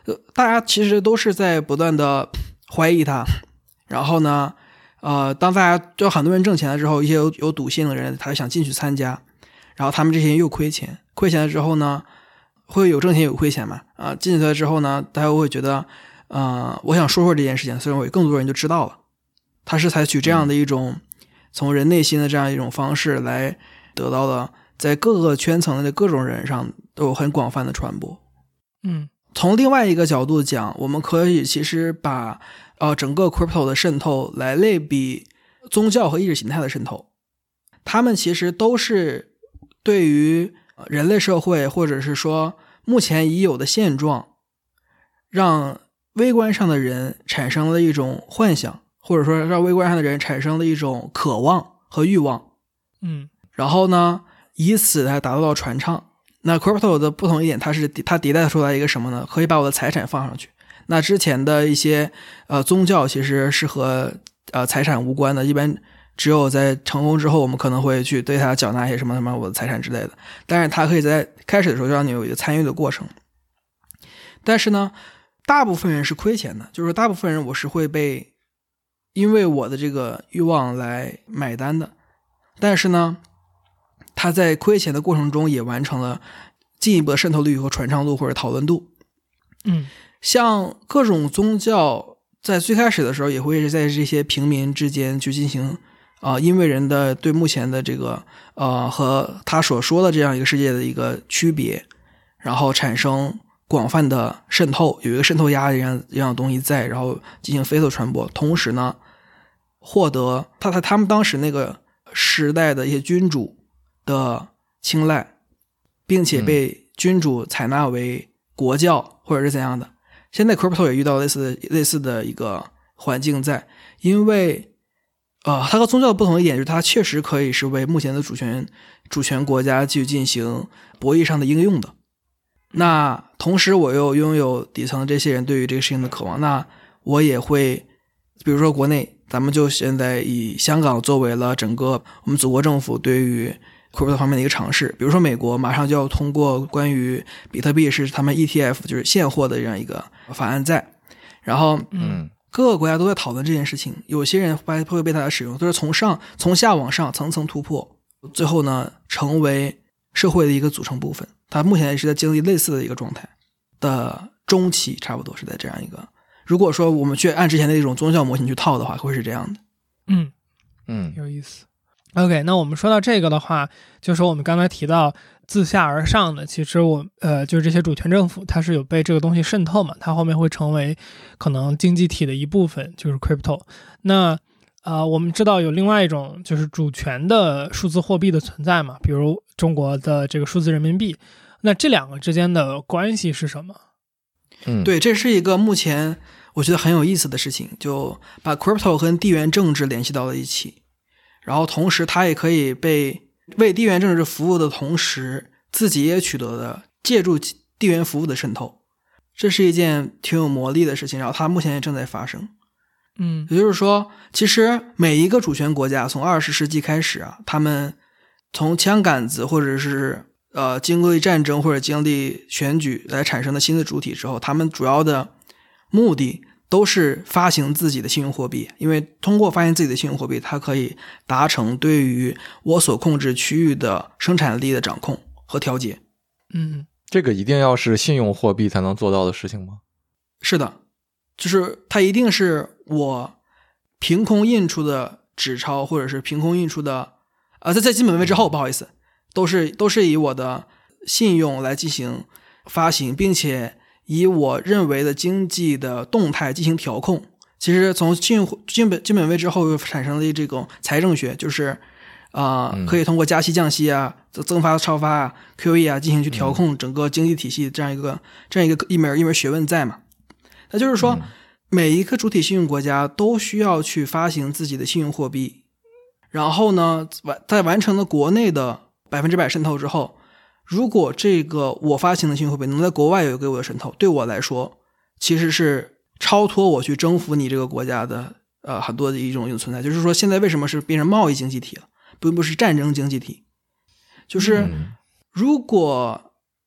呃，大家其实都是在不断的怀疑它，然后呢，呃，当大家就很多人挣钱了之后，一些有有赌性的人他想进去参加，然后他们这些人又亏钱，亏钱了之后呢，会有挣钱有亏钱嘛？啊、呃，进去了之后呢，大家会觉得，呃，我想说说这件事情，所以我更多人就知道了。他是采取这样的一种从人内心的这样一种方式来得到了在各个圈层的各种人上都有很广泛的传播。 嗯， 从另外一个角度讲，我们可以其实把呃整个 crypto 的渗透来类比宗教和意识形态的渗透，他们其实都是对于人类社会或者是说目前已有的现状，让微观上的人产生了一种幻想，或者说让微观上的人产生了一种渴望和欲望， 嗯， 然后呢，以此来达到传唱。那 crypto 的不同一点，它是它迭代出来一个什么呢？可以把我的财产放上去。那之前的一些呃宗教其实是和呃财产无关的，一般只有在成功之后，我们可能会去对它缴纳一些什么什么我的财产之类的。但是它可以在开始的时候就让你有一个参与的过程。但是呢，大部分人是亏钱的，就是大部分人我是会被因为我的这个欲望来买单的。但是呢，他在亏钱的过程中也完成了进一步的渗透率和传唱度或者讨论度。 嗯， 像各种宗教在最开始的时候也会在这些平民之间去进行啊、呃，因为人的对目前的这个呃和他所说的这样一个世界的一个区别，然后产生广泛的渗透，有一个渗透压一样一样的东西在，然后进行飞速传播。同时呢，获得他他他们当时那个时代的一些君主的青睐，并且被君主采纳为国教或者是怎样的。现在 crypto 也遇到类似的类似的一个环境在，因为呃，它和宗教的不同一点就是它确实可以是为目前的主权主权国家去进行博弈上的应用的。那同时我又拥有底层这些人对于这个事情的渴望，那我也会比如说国内咱们就现在以香港作为了整个我们祖国政府对于 crypto 方面的一个尝试。比如说美国马上就要通过关于比特币是他们 E T F 就是现货的这样一个法案在，然后嗯， 各个国家都在讨论这件事情，有些人会被它的使用，都是从上从下往上层层突破，最后呢成为社会的一个组成部分。它目前也是在经历类似的一个状态的中期，差不多是在这样一个，如果说我们去按之前的一种宗教模型去套的话，会是这样的。 嗯嗯， 有意思。OK， 那我们说到这个的话，就是说我们刚才提到自下而上的，其实我呃就是这些主权政府它是有被这个东西渗透嘛，它后面会成为可能经济体的一部分，就是 crypto。那呃我们知道有另外一种就是主权的数字货币的存在嘛，比如中国的这个数字人民币。那这两个之间的关系是什么？ 嗯， 对，这是一个目前我觉得很有意思的事情，就把 crypto 跟地缘政治联系到了一起，然后同时它也可以被为地缘政治服务的同时，自己也取得了借助地缘服务的渗透，这是一件挺有魔力的事情，然后它目前也正在发生。 嗯， 也就是说，其实每一个主权国家从二十世纪开始啊，他们从枪杆子或者是呃经历战争或者经历选举来产生的新的主体之后，他们主要的目的都是发行自己的信用货币，因为通过发行自己的信用货币，它可以达成对于我所控制区域的生产力的掌控和调节。 嗯， 这个一定要是信用货币才能做到的事情吗？ 是的，就是它一定是我凭空印出的纸钞，或者是凭空印出的啊，在在基本位之后，不好意思，都是都是以我的信用来进行发行，并且以我认为的经济的动态进行调控。其实从信用基本基本位之后又产生了这种财政学，就是啊、呃嗯，可以通过加息降息啊、增发超发啊、Q E 啊进行去调控整个经济体系这样一个、嗯、这样一个一门一门学问在嘛。那就是说、嗯、每一个主体信用国家都需要去发行自己的信用货币，然后呢在完成了国内的百分之百渗透之后，如果这个我发行的信用货币能在国外有给我的渗透，对我来说其实是超脱我去征服你这个国家的呃很多的一种一种存在。就是说现在为什么是变成贸易经济体了，并不是战争经济体，就是如果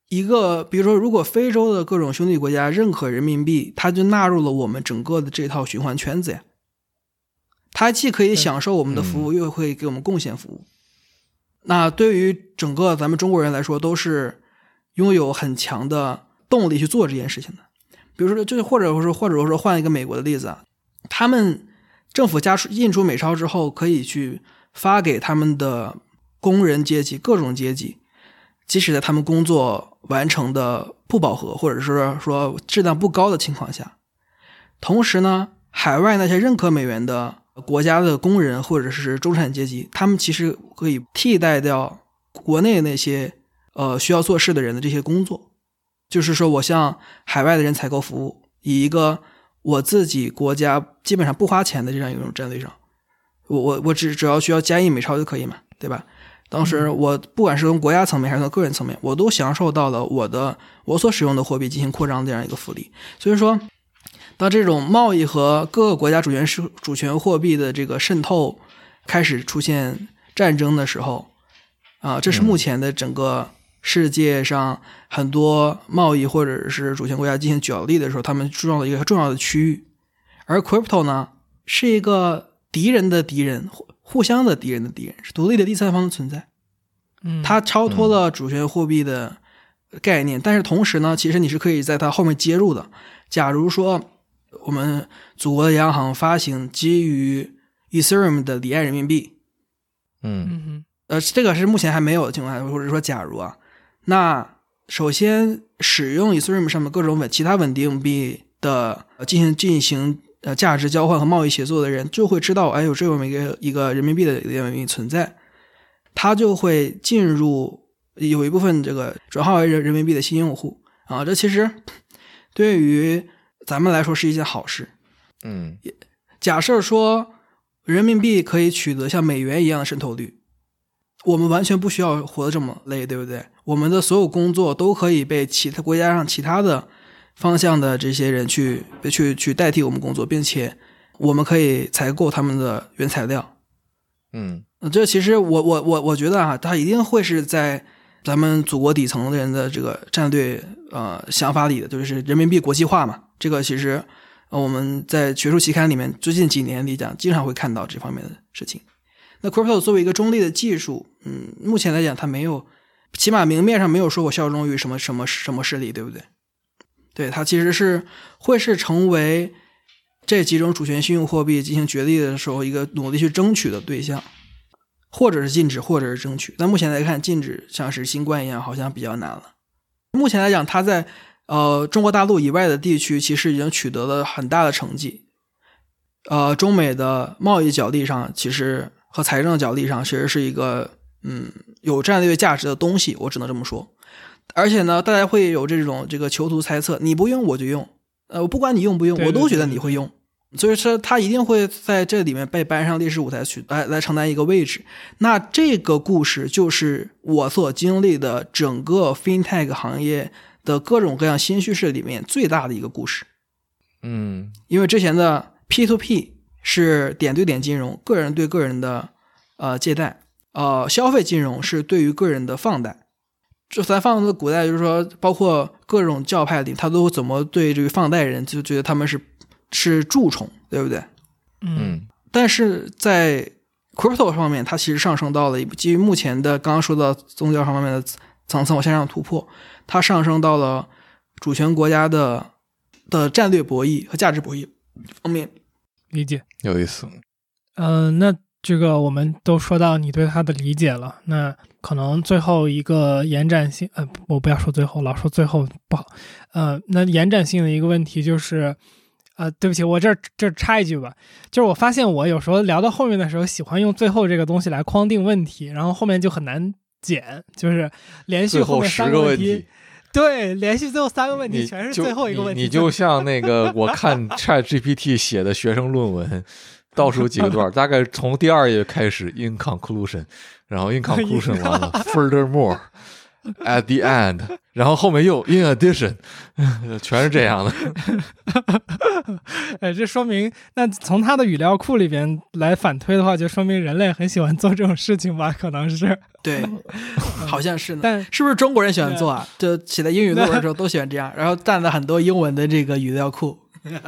一个比如说如果非洲的各种兄弟国家认可人民币，它就纳入了我们整个的这套循环圈子呀。它既可以享受我们的服务，又会给我们贡献服务。那对于整个咱们中国人来说，都是拥有很强的动力去做这件事情的。比如说，就是或者说或者说换一个美国的例子啊，他们政府加出印出美钞之后，可以去发给他们的工人阶级各种阶级，即使在他们工作完成的不饱和或者是说质量不高的情况下，同时呢，海外那些认可美元的国家的工人或者是中产阶级，他们其实可以替代掉国内那些呃需要做事的人的这些工作。就是说我向海外的人采购服务，以一个我自己国家基本上不花钱的这样一种战略上，我我我只只要需要加印美钞就可以嘛，对吧？当时我不管是从国家层面还是从个人层面，我都享受到了我的我所使用的货币进行扩张这样一个福利。所以说当这种贸易和各个国家主权主权货币的这个渗透开始出现战争的时候啊，这是目前的整个世界上很多贸易或者是主权国家进行角力的时候，他们重要的一个重要的区域。而 crypto 呢，是一个敌人的敌人，互相的敌人的敌人，是独立的第三方的存在。 嗯， 它超脱了主权货币的概念，但是同时呢，其实你是可以在它后面接入的。假如说我们祖国的央行发行基于 Ethereum 的离岸人民币， 嗯， 呃，这个是目前还没有的情况下，或者说假如啊，那首先使用 Ethereum 上面各种稳其他稳定币的进行进行呃价值交换和贸易协作的人，就会知道，哎，有这么一个一个人民币的人民币存在，他就会进入有一部分这个转化为人人民币的新用户啊，这其实对于咱们来说是一件好事。 嗯， 假设说人民币可以取得像美元一样的渗透率，我们完全不需要活得这么累，对不对？我们的所有工作都可以被其他国家上其他的方向的这些人去去去代替我们工作，并且我们可以采购他们的原材料。 嗯， 这其实我我我我觉得啊，它一定会是在咱们祖国底层的人的这个战略呃想法里的，就是人民币国际化嘛。这个其实、呃、我们在学术期刊里面最近几年里讲，经常会看到这方面的事情。那 crypto 作为一个中立的技术，嗯，目前来讲它没有，起码明面上没有说我效忠于什么什么什么势力，对不对？对，它其实是会是成为这几种主权信用货币进行角力的时候一个努力去争取的对象，或者是禁止，或者是争取。但目前来看，禁止像是新冠一样好像比较难了。目前来讲，它在呃中国大陆以外的地区其实已经取得了很大的成绩。呃，中美的贸易角力上，其实和财政角力上，其实是一个嗯有战略价值的东西，我只能这么说。而且呢，大家会有这种这个囚徒猜测，你不用我就用，呃，我不管你用不用，我都觉得你会用。所以说他一定会在这里面被搬上历史舞台去来来承担一个位置。那这个故事就是我所经历的整个 fintech 行业的各种各样新趋势里面最大的一个故事。 嗯， 因为之前的 P to P 是点对点金融，个人对个人的呃借贷，呃消费金融是对于个人的放贷。就咱放在古代，就是说包括各种教派里，他都怎么对这个放贷人就觉得他们是是蛀虫，对不对？ 嗯， 但是在 crypto 方面，它其实上升到了基于目前的刚刚说到宗教方面的层层往向上突破，它上升到了主权国家的的战略博弈和价值博弈方面。 理解， 有意思。 嗯、呃，那这个我们都说到你对它的理解了，那可能最后一个延展性，呃，我不要说最后，老说最后不好，呃，那延展性的一个问题就是。呃，对不起，我这这插一句吧，就是我发现我有时候聊到后面的时候，喜欢用最后这个东西来框定问题，然后后面就很难剪，就是连续后面三个问题， 问题对，连续最后三个问题全是最后一个问题。 你, 你, 你就像那个我看 ChatGPT 写的学生论文，倒数几个段，大概从第二页开始 in conclusion， 然后 in conclusion 完了 furthermore， at the end， 然后后面又 in addition， 全是这样的。 哎，这说明那从他的语料库里边来反推的话，就说明人类很喜欢做这种事情吧？可能是对，好像是呢。 但是不是中国人喜欢做啊？就写在英语论文的时候都喜欢这样，然后占了很多英文的这个语料库。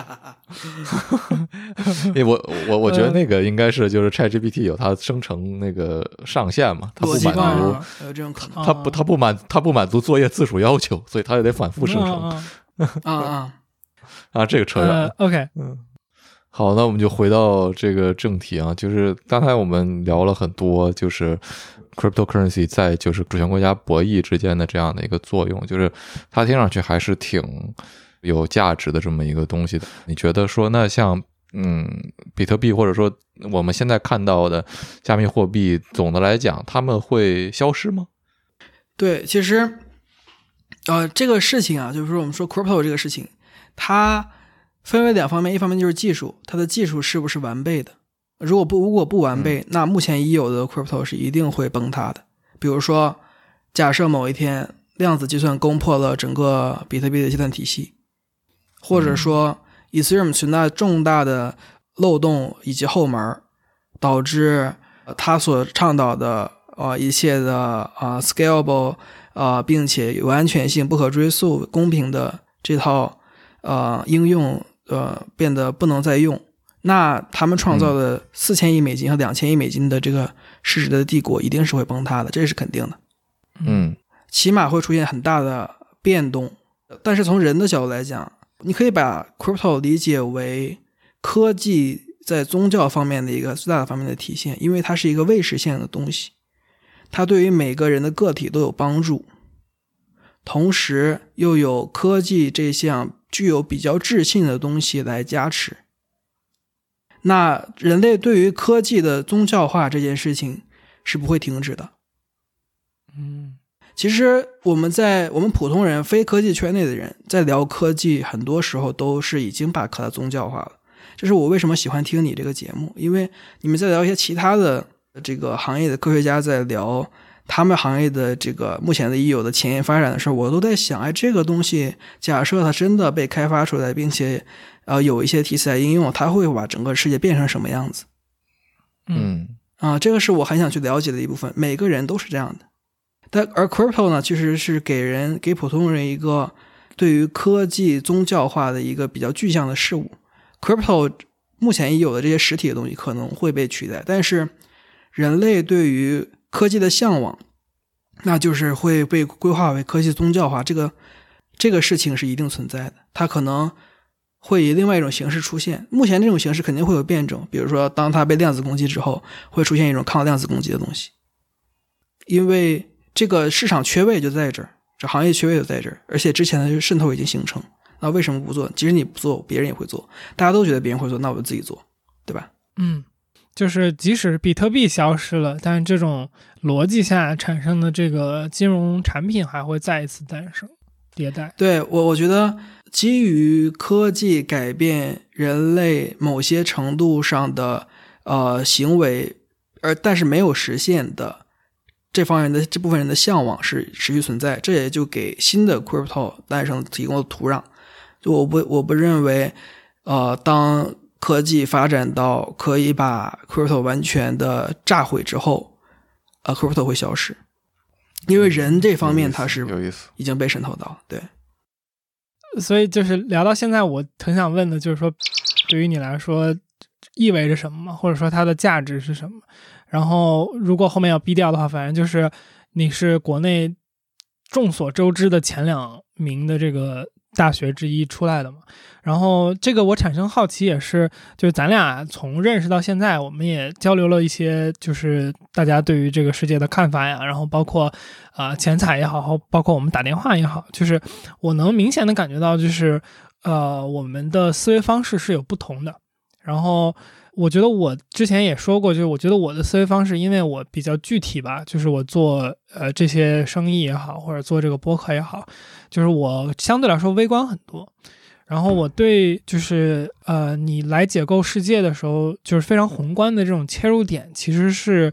我我我觉得那个应该是就是 ChatGPT 有它生成那个上限嘛，它不满足， 有这种可能。 它不它不满它不满足作业字数要求，所以它也得反复生成。 啊啊啊，这个扯远了。 呃、OK， 嗯，好，那我们就回到这个正题啊，就是刚才我们聊了很多，就是 cryptocurrency 在就是主权国家博弈之间的这样的一个作用，就是它听上去还是挺有价值的这么一个东西的。你觉得说那像嗯比特币或者说我们现在看到的加密货币，总的来讲他们会消失吗？ 对，其实呃这个事情啊，就是说我们说 crypto 这个事情，它分为两方面，一方面就是技术，它的技术是不是完备的。如果不如果不完备，那目前已有的 crypto 是一定会崩塌的。比如说假设某一天量子计算攻破了整个比特币的计算体系，或者说 Ethereum 存在重大的漏洞以及后门，导致它所倡导的呃一切的呃 scalable 呃并且有安全性、不可追溯、公平的这套呃应用呃变得不能再用，那他们创造的四千亿美金和两千亿美金的这个市值的帝国一定是会崩塌的，这是肯定的。 嗯， 起码会出现很大的变动。但是从人的角度来讲，你可以把 crypto 理解为科技在宗教方面的一个最大的方面的体现，因为它是一个未实现的东西，它对于每个人的个体都有帮助，同时又有科技这项具有比较智性的东西来加持。那人类对于科技的宗教化这件事情是不会停止的。 嗯， 其实我们在我们普通人非科技圈内的人在聊科技，很多时候都是已经把它宗教化了。这是我为什么喜欢听你这个节目，因为你们在聊一些其他的这个行业的科学家在聊他们行业的这个目前的已有的前沿发展的时候，我都在想，哎，这个东西假设它真的被开发出来，并且呃有一些题材应用，它会把整个世界变成什么样子？ 嗯啊，这个是我很想去了解的一部分。每个人都是这样的，但而 crypto 呢，其实是给人给普通人一个对于科技宗教化的一个比较具象的事物。crypto 目前已有的这些实体的东西可能会被取代，但是人类对于科技的向往，那就是会被规划为科技宗教化，这个这个事情是一定存在的，它可能会以另外一种形式出现。目前这种形式肯定会有变种，比如说当它被量子攻击之后，会出现一种抗量子攻击的东西，因为这个市场缺位就在这儿，这行业缺位就在这儿，而且之前的渗透已经形成，那为什么不做？即使你不做，别人也会做，大家都觉得别人会做，那我就自己做，对吧？ 嗯，就是即使比特币消失了，但是这种逻辑下产生的这个金融产品还会再一次诞生迭代。 对，我我觉得基于科技改变人类某些程度上的呃行为，而但是没有实现的这方面的这部分人的向往是持续存在，这也就给新的 crypto 诞生提供了土壤。就我不我不认为呃当科技发展到可以把 crypto 完全的炸毁之后，呃 crypto 会消失，因为人这方面它是已经被渗透到。对， 所以就是聊到现在，我很想问的就是说，对于你来说意味着什么吗？或者说它的价值是什么？然后如果后面要逼掉的话，反正就是你是国内众所周知的前两名的这个大学之一出来的嘛。然后这个我产生好奇也是，就是咱俩从认识到现在，我们也交流了一些就是大家对于这个世界的看法呀，然后包括啊、呃、前采也好，包括我们打电话也好，就是我能明显的感觉到就是呃我们的思维方式是有不同的。然后我觉得我之前也说过，就是我觉得我的思维方式因为我比较具体吧，就是我做呃这些生意也好，或者做这个播客也好，就是我相对来说微观很多。然后我对就是呃你来解构世界的时候，就是非常宏观的这种切入点其实是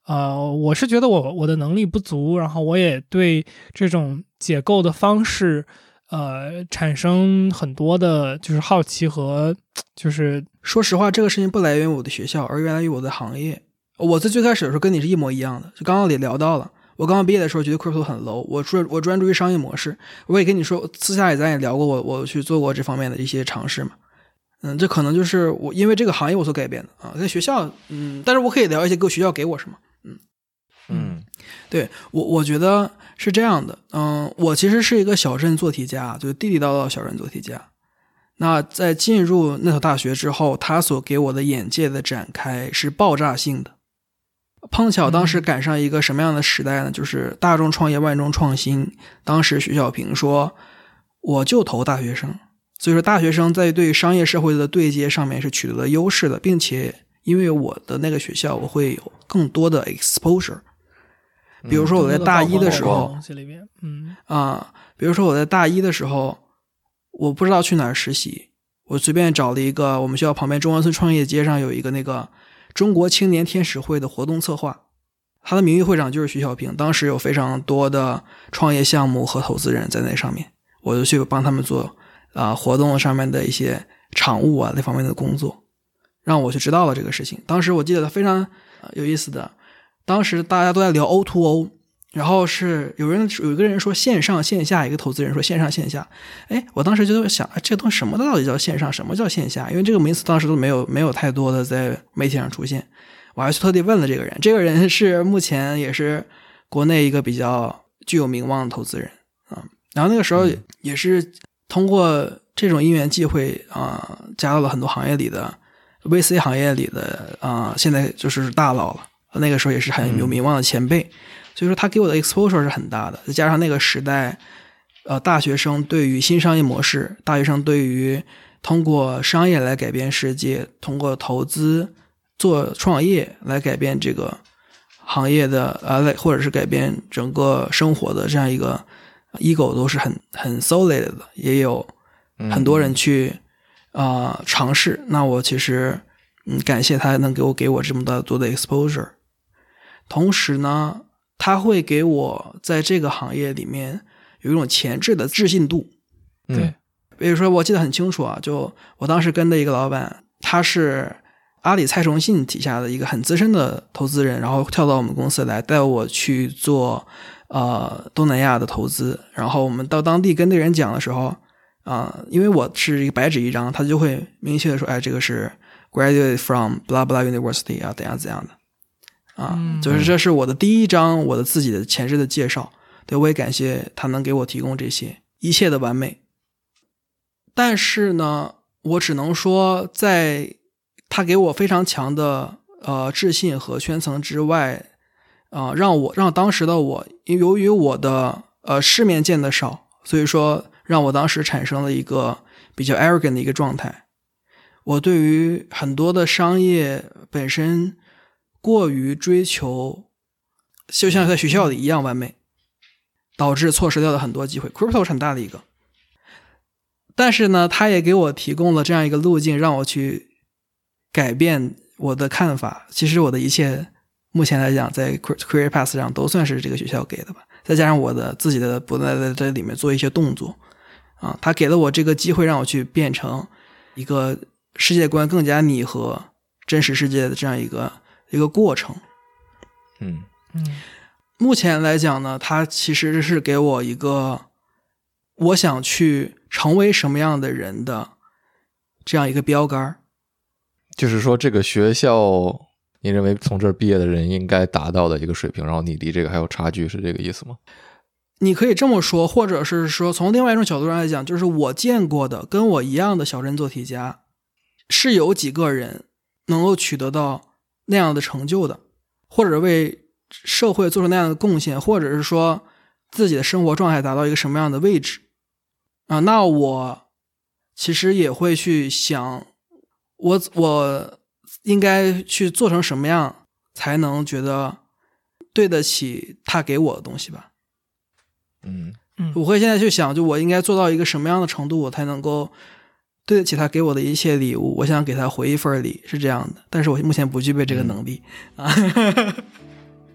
呃，我是觉得我我的能力不足，然后我也对这种解构的方式，呃，产生很多的就是好奇和就是说实话，这个事情不来源于我的学校，而源于我的行业。我在最开始的时候跟你是一模一样的，就刚刚也聊到了。我刚刚毕业的时候觉得 crypto 很 low， 我专我专注于商业模式。我也跟你说，私下里咱也聊过我，我去做过这方面的一些尝试嘛。嗯，这可能就是我因为这个行业我所改变的啊。在学校，嗯，但是我可以聊一些各学校给我什么。嗯嗯， 对我我觉得是这样的。嗯，我其实是一个小镇做题家，就是地地道道小镇做题家。那在进入那所大学之后，他所给我的眼界的展开是爆炸性的。碰巧当时赶上一个什么样的时代呢？就是大众创业万众创新。当时徐小平说我就投大学生，所以说大学生在对商业社会的对接上面是取得了优势的，并且因为我的那个学校我会有更多的 exposure。比如说我在大一的时候， 嗯啊，比如说我在大一的时候，我不知道去哪儿实习，我随便找了一个我们学校旁边中关村创业街上有一个那个中国青年天使会的活动策划，他的名誉会长就是徐小平。当时有非常多的创业项目和投资人在那上面，我就去帮他们做啊、呃、活动上面的一些场务啊那方面的工作，让我去知道了这个事情。当时我记得非常、呃、有意思的。当时大家都在聊 O to O， 然后是有人有一个人说线上线下，一个投资人说线上线下。哎，我当时就在想，哎，这东西什么到底叫线上，什么叫线下？因为这个名词当时都没有没有太多的在媒体上出现。我还去特地问了这个人，这个人是目前也是国内一个比较具有名望的投资人啊。然后那个时候也是通过这种因缘际会啊，加到了很多行业里的 V C 行业里的啊，现在就是大佬了。那个时候也是很有名望的前辈，所以说他给我的 exposure 是很大的。再加上那个时代，呃，大学生对于新商业模式，大学生对于通过商业来改变世界，通过投资做创业来改变这个行业的呃，或者是改变整个生活的这样一个 ego 都是很很 solid 的，也有很多人去啊、呃、尝试。那我其实嗯感谢他能给我给我这么大多的 exposure。同时呢，他会给我在这个行业里面有一种前置的自信度。 对， 比如说我记得很清楚啊，就我当时跟的一个老板，他是阿里蔡崇信底下的一个很资深的投资人，然后跳到我们公司来带我去做呃东南亚的投资。然后我们到当地跟那个人讲的时候啊、呃，因为我是一个白纸一张，他就会明确的说，哎，这个是 graduate from blah blah university 啊，怎样怎样的。啊，就是这是我的第一章，我的自己的前置的介绍。对，我也感谢他能给我提供这些一切的完美。但是呢，我只能说，在他给我非常强的呃自信和圈层之外，啊、呃，让我让当时的我，因为由于我的呃世面见得少，所以说让我当时产生了一个比较 arrogant 的一个状态。我对于很多的商业本身过于追求，就像在学校里一样完美，导致错失掉了很多机会。 Crypto 是很大的一个，但是呢，它也给我提供了这样一个路径，让我去改变我的看法。其实我的一切目前来讲在 Career Path 上都算是这个学校给的吧，再加上我的自己的不断在这里面做一些动作啊，它给了我这个机会，让我去变成一个世界观更加拟合真实世界的这样一个一个过程。 嗯嗯， 目前来讲呢，它其实是给我一个我想去成为什么样的人的这样一个标杆。 就是说这个学校你认为从这儿毕业的人应该达到的一个水平，然后你离这个还有差距，是这个意思吗？ 你可以这么说，或者是说从另外一种角度上来讲，就是我见过的跟我一样的小镇做题家是有几个人能够取得到那样的成就的，或者为社会做出那样的贡献，或者是说自己的生活状态达到一个什么样的位置啊？那我其实也会去想，我我应该去做成什么样才能觉得对得起他给我的东西吧。 嗯我会现在去想，就我应该做到一个什么样的程度，我才能够对得起他给我的一切礼物，我想给他回一份礼，是这样的。但是我目前不具备这个能力、嗯、啊。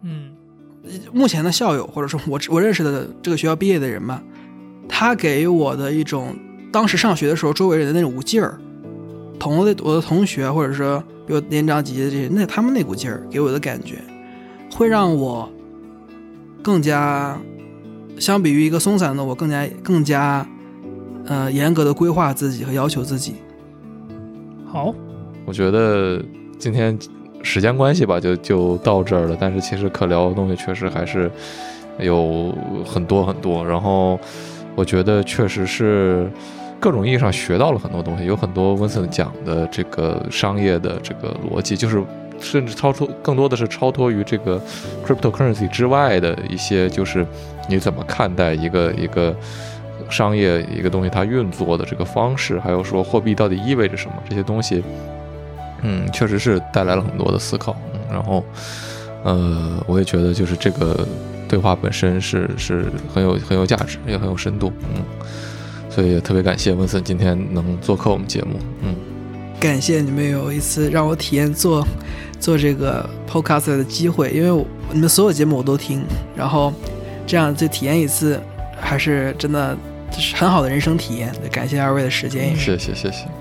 嗯， 目前的校友或者说我我认识的这个学校毕业的人吧，他给我的一种当时上学的时候周围人的那种劲儿，同我的我的同学或者说比我年长几届的这些，那他们那股劲儿给我的感觉，会让我更加相比于一个松散的我更加更加呃严格的规划自己和要求自己。 好， 我觉得今天时间关系吧，就就到这儿了。但是其实可聊的东西确实还是有很多很多。然后我觉得确实是各种意义上学到了很多东西，有很多温森讲的这个商业的这个逻辑，就是甚至超脱更多的是超脱于这个 cryptocurrency 之外的一些，就是你怎么看待一个一个商业一个东西它运作的这个方式，还有说货币到底意味着什么，这些东西嗯确实是带来了很多的思考。嗯，然后呃我也觉得就是这个对话本身是是很有很有价值，也很有深度。嗯，所以也特别感谢温森今天能做客我们节目。嗯， 感谢你们有一次让我体验做做这个 podcast 的机会，因为我你们所有节目我都听，然后这样就体验一次，还是真的就是很好的人生体验。感谢二位的时间。 谢谢谢谢。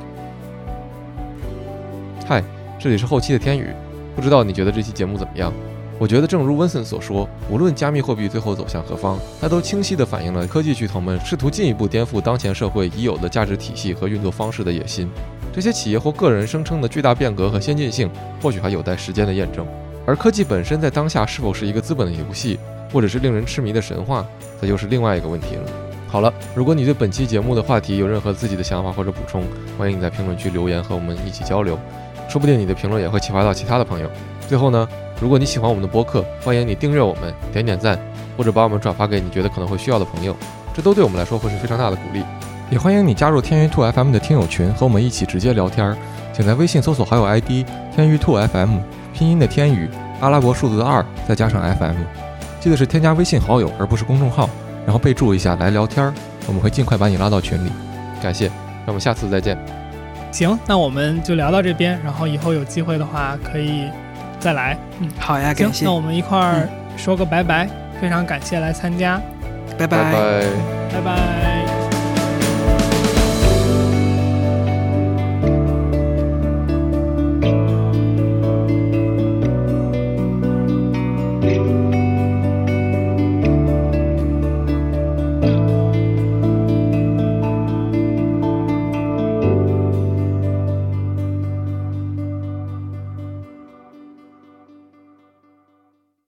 嗨，这里是后期的天宇，不知道你觉得这期节目怎么样？我觉得正如温森所说，无论加密货币最后走向何方，它都清晰地反映了科技巨头们试图进一步颠覆当前社会已有的价值体系和运作方式的野心。这些企业或个人声称的巨大变革和先进性，或许还有待时间的验证。而科技本身在当下是否是一个资本的游戏，或者是令人痴迷的神话，这就是另外一个问题了。好了，如果你对本期节目的话题有任何自己的想法或者补充，欢迎你在评论区留言和我们一起交流，说不定你的评论也会启发到其他的朋友。最后呢，如果你喜欢我们的播客，欢迎你订阅我们，点点赞，或者把我们转发给你觉得可能会需要的朋友，这都对我们来说会是非常大的鼓励。也欢迎你加入天娱兔 F M 的听友群，和我们一起直接聊天。请在微信搜索好友 I D 天娱兔 F M， 拼音的天宇，阿拉伯数字的二，再加上 F M。记得是添加微信好友，而不是公众号，然后备注一下来聊天，我们会尽快把你拉到群里。感谢，让我们下次再见。 行，那我们就聊到这边，然后以后有机会的话可以再来。嗯， 好呀，感谢。 那我们一块儿说个拜拜，嗯、非常感谢来参加， 拜拜， 拜拜。 拜拜。